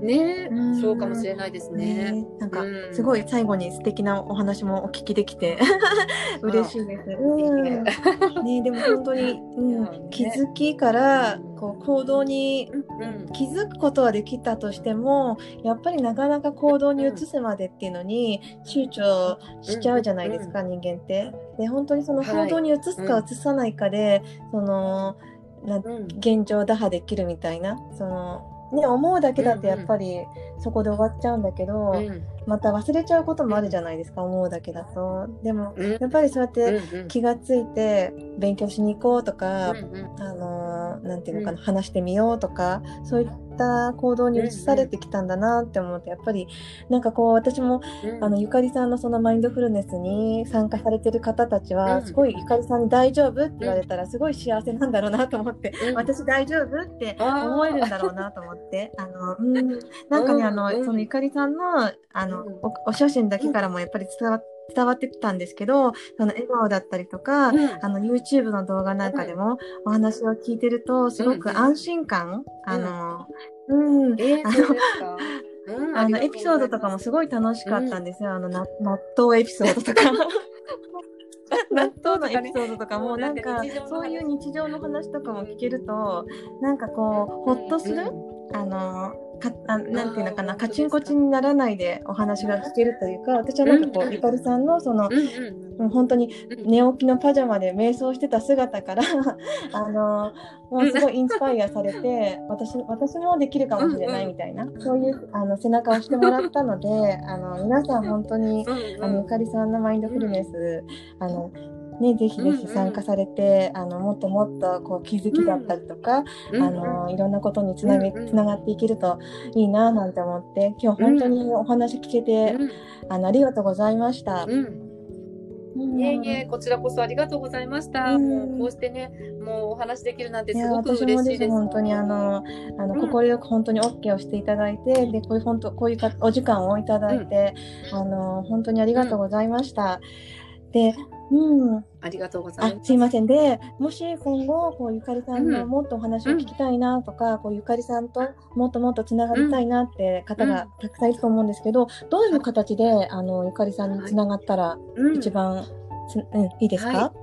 ね、うん、そうかもしれないですね。ねなんかすごい最後に素敵なお話もお聞きできて嬉しいです。うん、ねでも本当に、うん、気づきからこう行動に気づくことはできたとしても、やっぱりなかなか行動に移すまでっていうのに躊躇しちゃうじゃないですか、人間って。で本当にその行動に移すか移さないかで、そのな現状打破できるみたいな、そのね、思うだけだってやっぱりそこで終わっちゃうんだけど、うん、また忘れちゃうこともあるじゃないですか、うん、思うだけだと。でも、うん、やっぱりそうやって気がついて勉強しに行こうとか、うんうん、あのなんていうのかな、話してみようとか、そういった行動に移されてきたんだなって思って、やっぱりなんかこう私も、うん、あのゆかりさんのそのマインドフルネスに参加されてる方たちは、すごいゆかりさんに大丈夫って言われたらすごい幸せなんだろうなと思って、私大丈夫って思えるんだろうなと思って、あの、うん、なんかね、あの、そのゆかりさんの、あの、お、お写真だけからもやっぱり伝わって、伝わってきたんですけど、その笑顔だったりとか、うん、あの YouTube の動画なんかでもお話を聞いてると、すごく安心感、うん、あの、うん、うんえー、あの、うん、あのエピソードとかもすごい楽しかったんですよ。うん、あの納豆エピソードとか。納豆のエピソードとかもなんかそういう日常の話とかも聞けるとなんかこうほっとする、うん、あのかあなんていうのかなカチンコチンにならないでお話が聞けるというか、私はなんかこう、うん、ゆかりさんのその、うんうん、本当に寝起きのパジャマで瞑想してた姿からあのもうすごいインスパイアされて私, 私もできるかもしれないみたいな、うんうん、そういうあの背中を押してもらったのであの皆さん本当に、うんうん、あのゆかりさんのマインドフルネス、うん、あのね、ぜひぜひ参加されて、うんうん、あのもっともっとこう気づきだったりとか、うん、あのいろんなことにつなげ、うんうん、つながっていけるといいななんて思って今日本当にお話聞けて、うん、あのありがとうございました。 うんいえいえ、こちらこそありがとうございました。うん、もうこうしてね、もうお話できるなんてすごく嬉しいです。 いや、私もです。本当にあの、あの、快、うん、く本当に OK をしていただいて、で、こういう本当、こういうかお時間をいただいて、うん、あの、本当にありがとうございました。うん、で、うん。 ありがとうございます。 すいません。で、もし今後、こう、ゆかりさんのもっとお話を聞きたいなとか、うん、こう、ゆかりさんともっともっとつながりたいなって方がたくさんいると思うんですけど、どういう形で、あの、ゆかりさんにつながったら一番、はいうん、いいですか？はい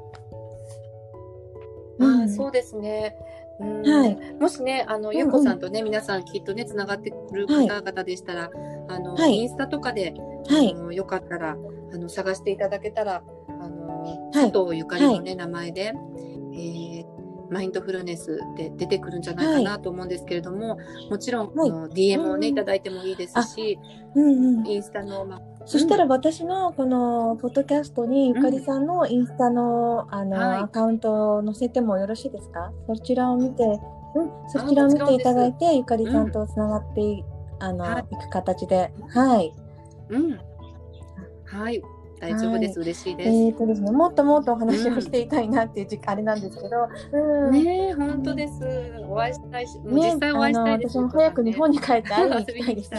うん、あそうですね。うんはい、もしね、あの、ゆうこさんとね、うんうん、皆さんきっとね、つながってくる方々でしたら、はい、あの、はい、インスタとかで、はい、あのよかったら、あの、探していただけたら、あの、佐藤ゆかりのね、はい、名前で、えー、マインドフルネスで出てくるんじゃないかなと思うんですけれども、はい、もちろん、はい、の ディーエム をね、いただいてもいいですし、うんうん、インスタの、まそしたら私のこのポッドキャストにゆかりさんのインスタの、あの、はい、アカウントを載せてもよろしいですか？そちらを見て、うん、そちらを見ていただいてゆかりさんとつながってい、うん、あの、はい、いく形で、はい。 うん。はい。 大丈夫です。 はい、 嬉しいです。 えーとですね、もっともっとお話をしていたいなっていう時間、あれなんですけど、うん、 ねえ、本当です。お会いしたいし、もう実ね、 際おあの会いしたいです、 私も早く日本に帰って会いに行き遊びたいです。 に行きたい。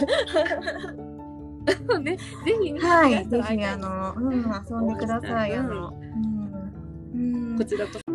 ね、ぜひ日本はい、 にいらしたぜひら会いたいです。 あの、うん、遊んでください。あうん、 の、うん、うん、 こちらこそ。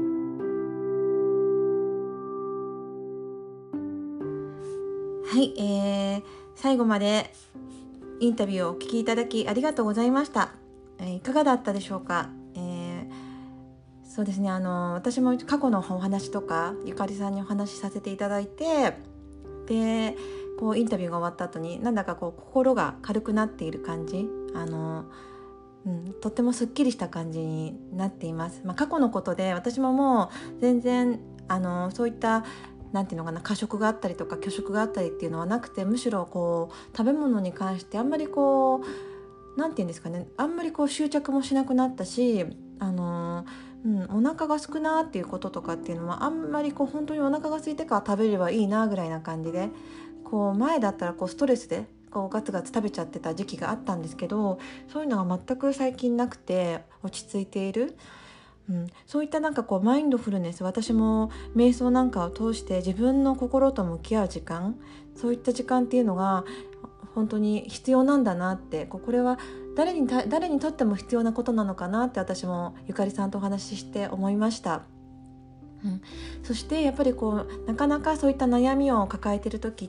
はい、えー、最後までインタビューをお聞きいただきありがとうございました。えーいかがだったでしょうか。えーそうですね、あの私も過去のお話とかゆかりさんにお話しさせていただいて、でこうインタビューが終わった後になんだかこう心が軽くなっている感じ、あの、うん、とってもすっきりした感じになっています。まあ、過去のことで私ももう全然あのそういったなんていうのかな、過食があったりとか拒食があったりっていうのはなくて、むしろこう食べ物に関してあんまりこうなんていうんですかね、あんまりこう執着もしなくなったし、あのうん、お腹がすくなっていうこととかっていうのはあんまりこう本当にお腹が空いてから食べればいいなぐらいな感じで、こう前だったらこうストレスでこうガツガツ食べちゃってた時期があったんですけど、そういうのが全く最近なくて落ち着いている。うん、そういったなんかこうマインドフルネス、私も瞑想なんかを通して自分の心と向き合う時間、そういった時間っていうのが本当に必要なんだなって、これは誰にた誰にとっても必要なことなのかなって私もゆかりさんとお話しして思いました。うん、そしてやっぱりこうなかなかそういった悩みを抱えている時って、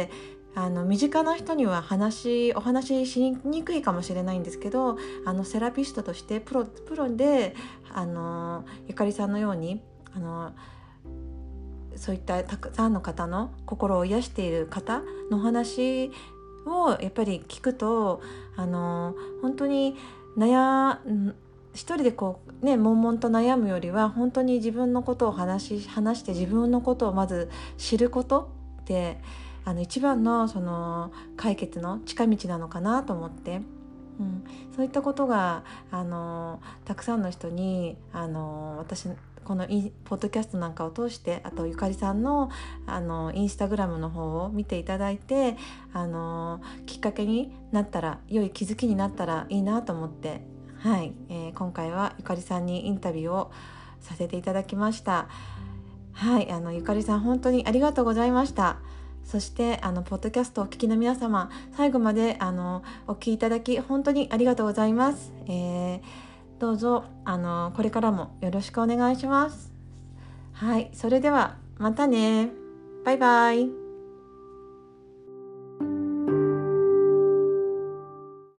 あの身近な人には話お話ししにくいかもしれないんですけど、あのセラピストとしてプロプロであのゆかりさんのようにあのそういったたくさんの方の心を癒している方のお話をやっぱり聞くと、あの本当に悩一人でこうね悶々と悩むよりは、本当に自分のことを話し話して自分のことをまず知ることってあの一番のその解決の近道なのかなと思って、うん、そういったことがあのたくさんの人にあの私このポッドキャストなんかを通して、あとゆかりさんのあのインスタグラムの方を見ていただいて、あのきっかけになったら、良い気づきになったらいいなと思って、はい、えー、今回はゆかりさんにインタビューをさせていただきました。はい、あのゆかりさん本当にありがとうございました。そしてあのポッドキャストをお聞きの皆様、最後まであのお聞きいただき本当にありがとうございます。えーどうぞあのこれからもよろしくお願いします。はい、それではまたね。バイバイ。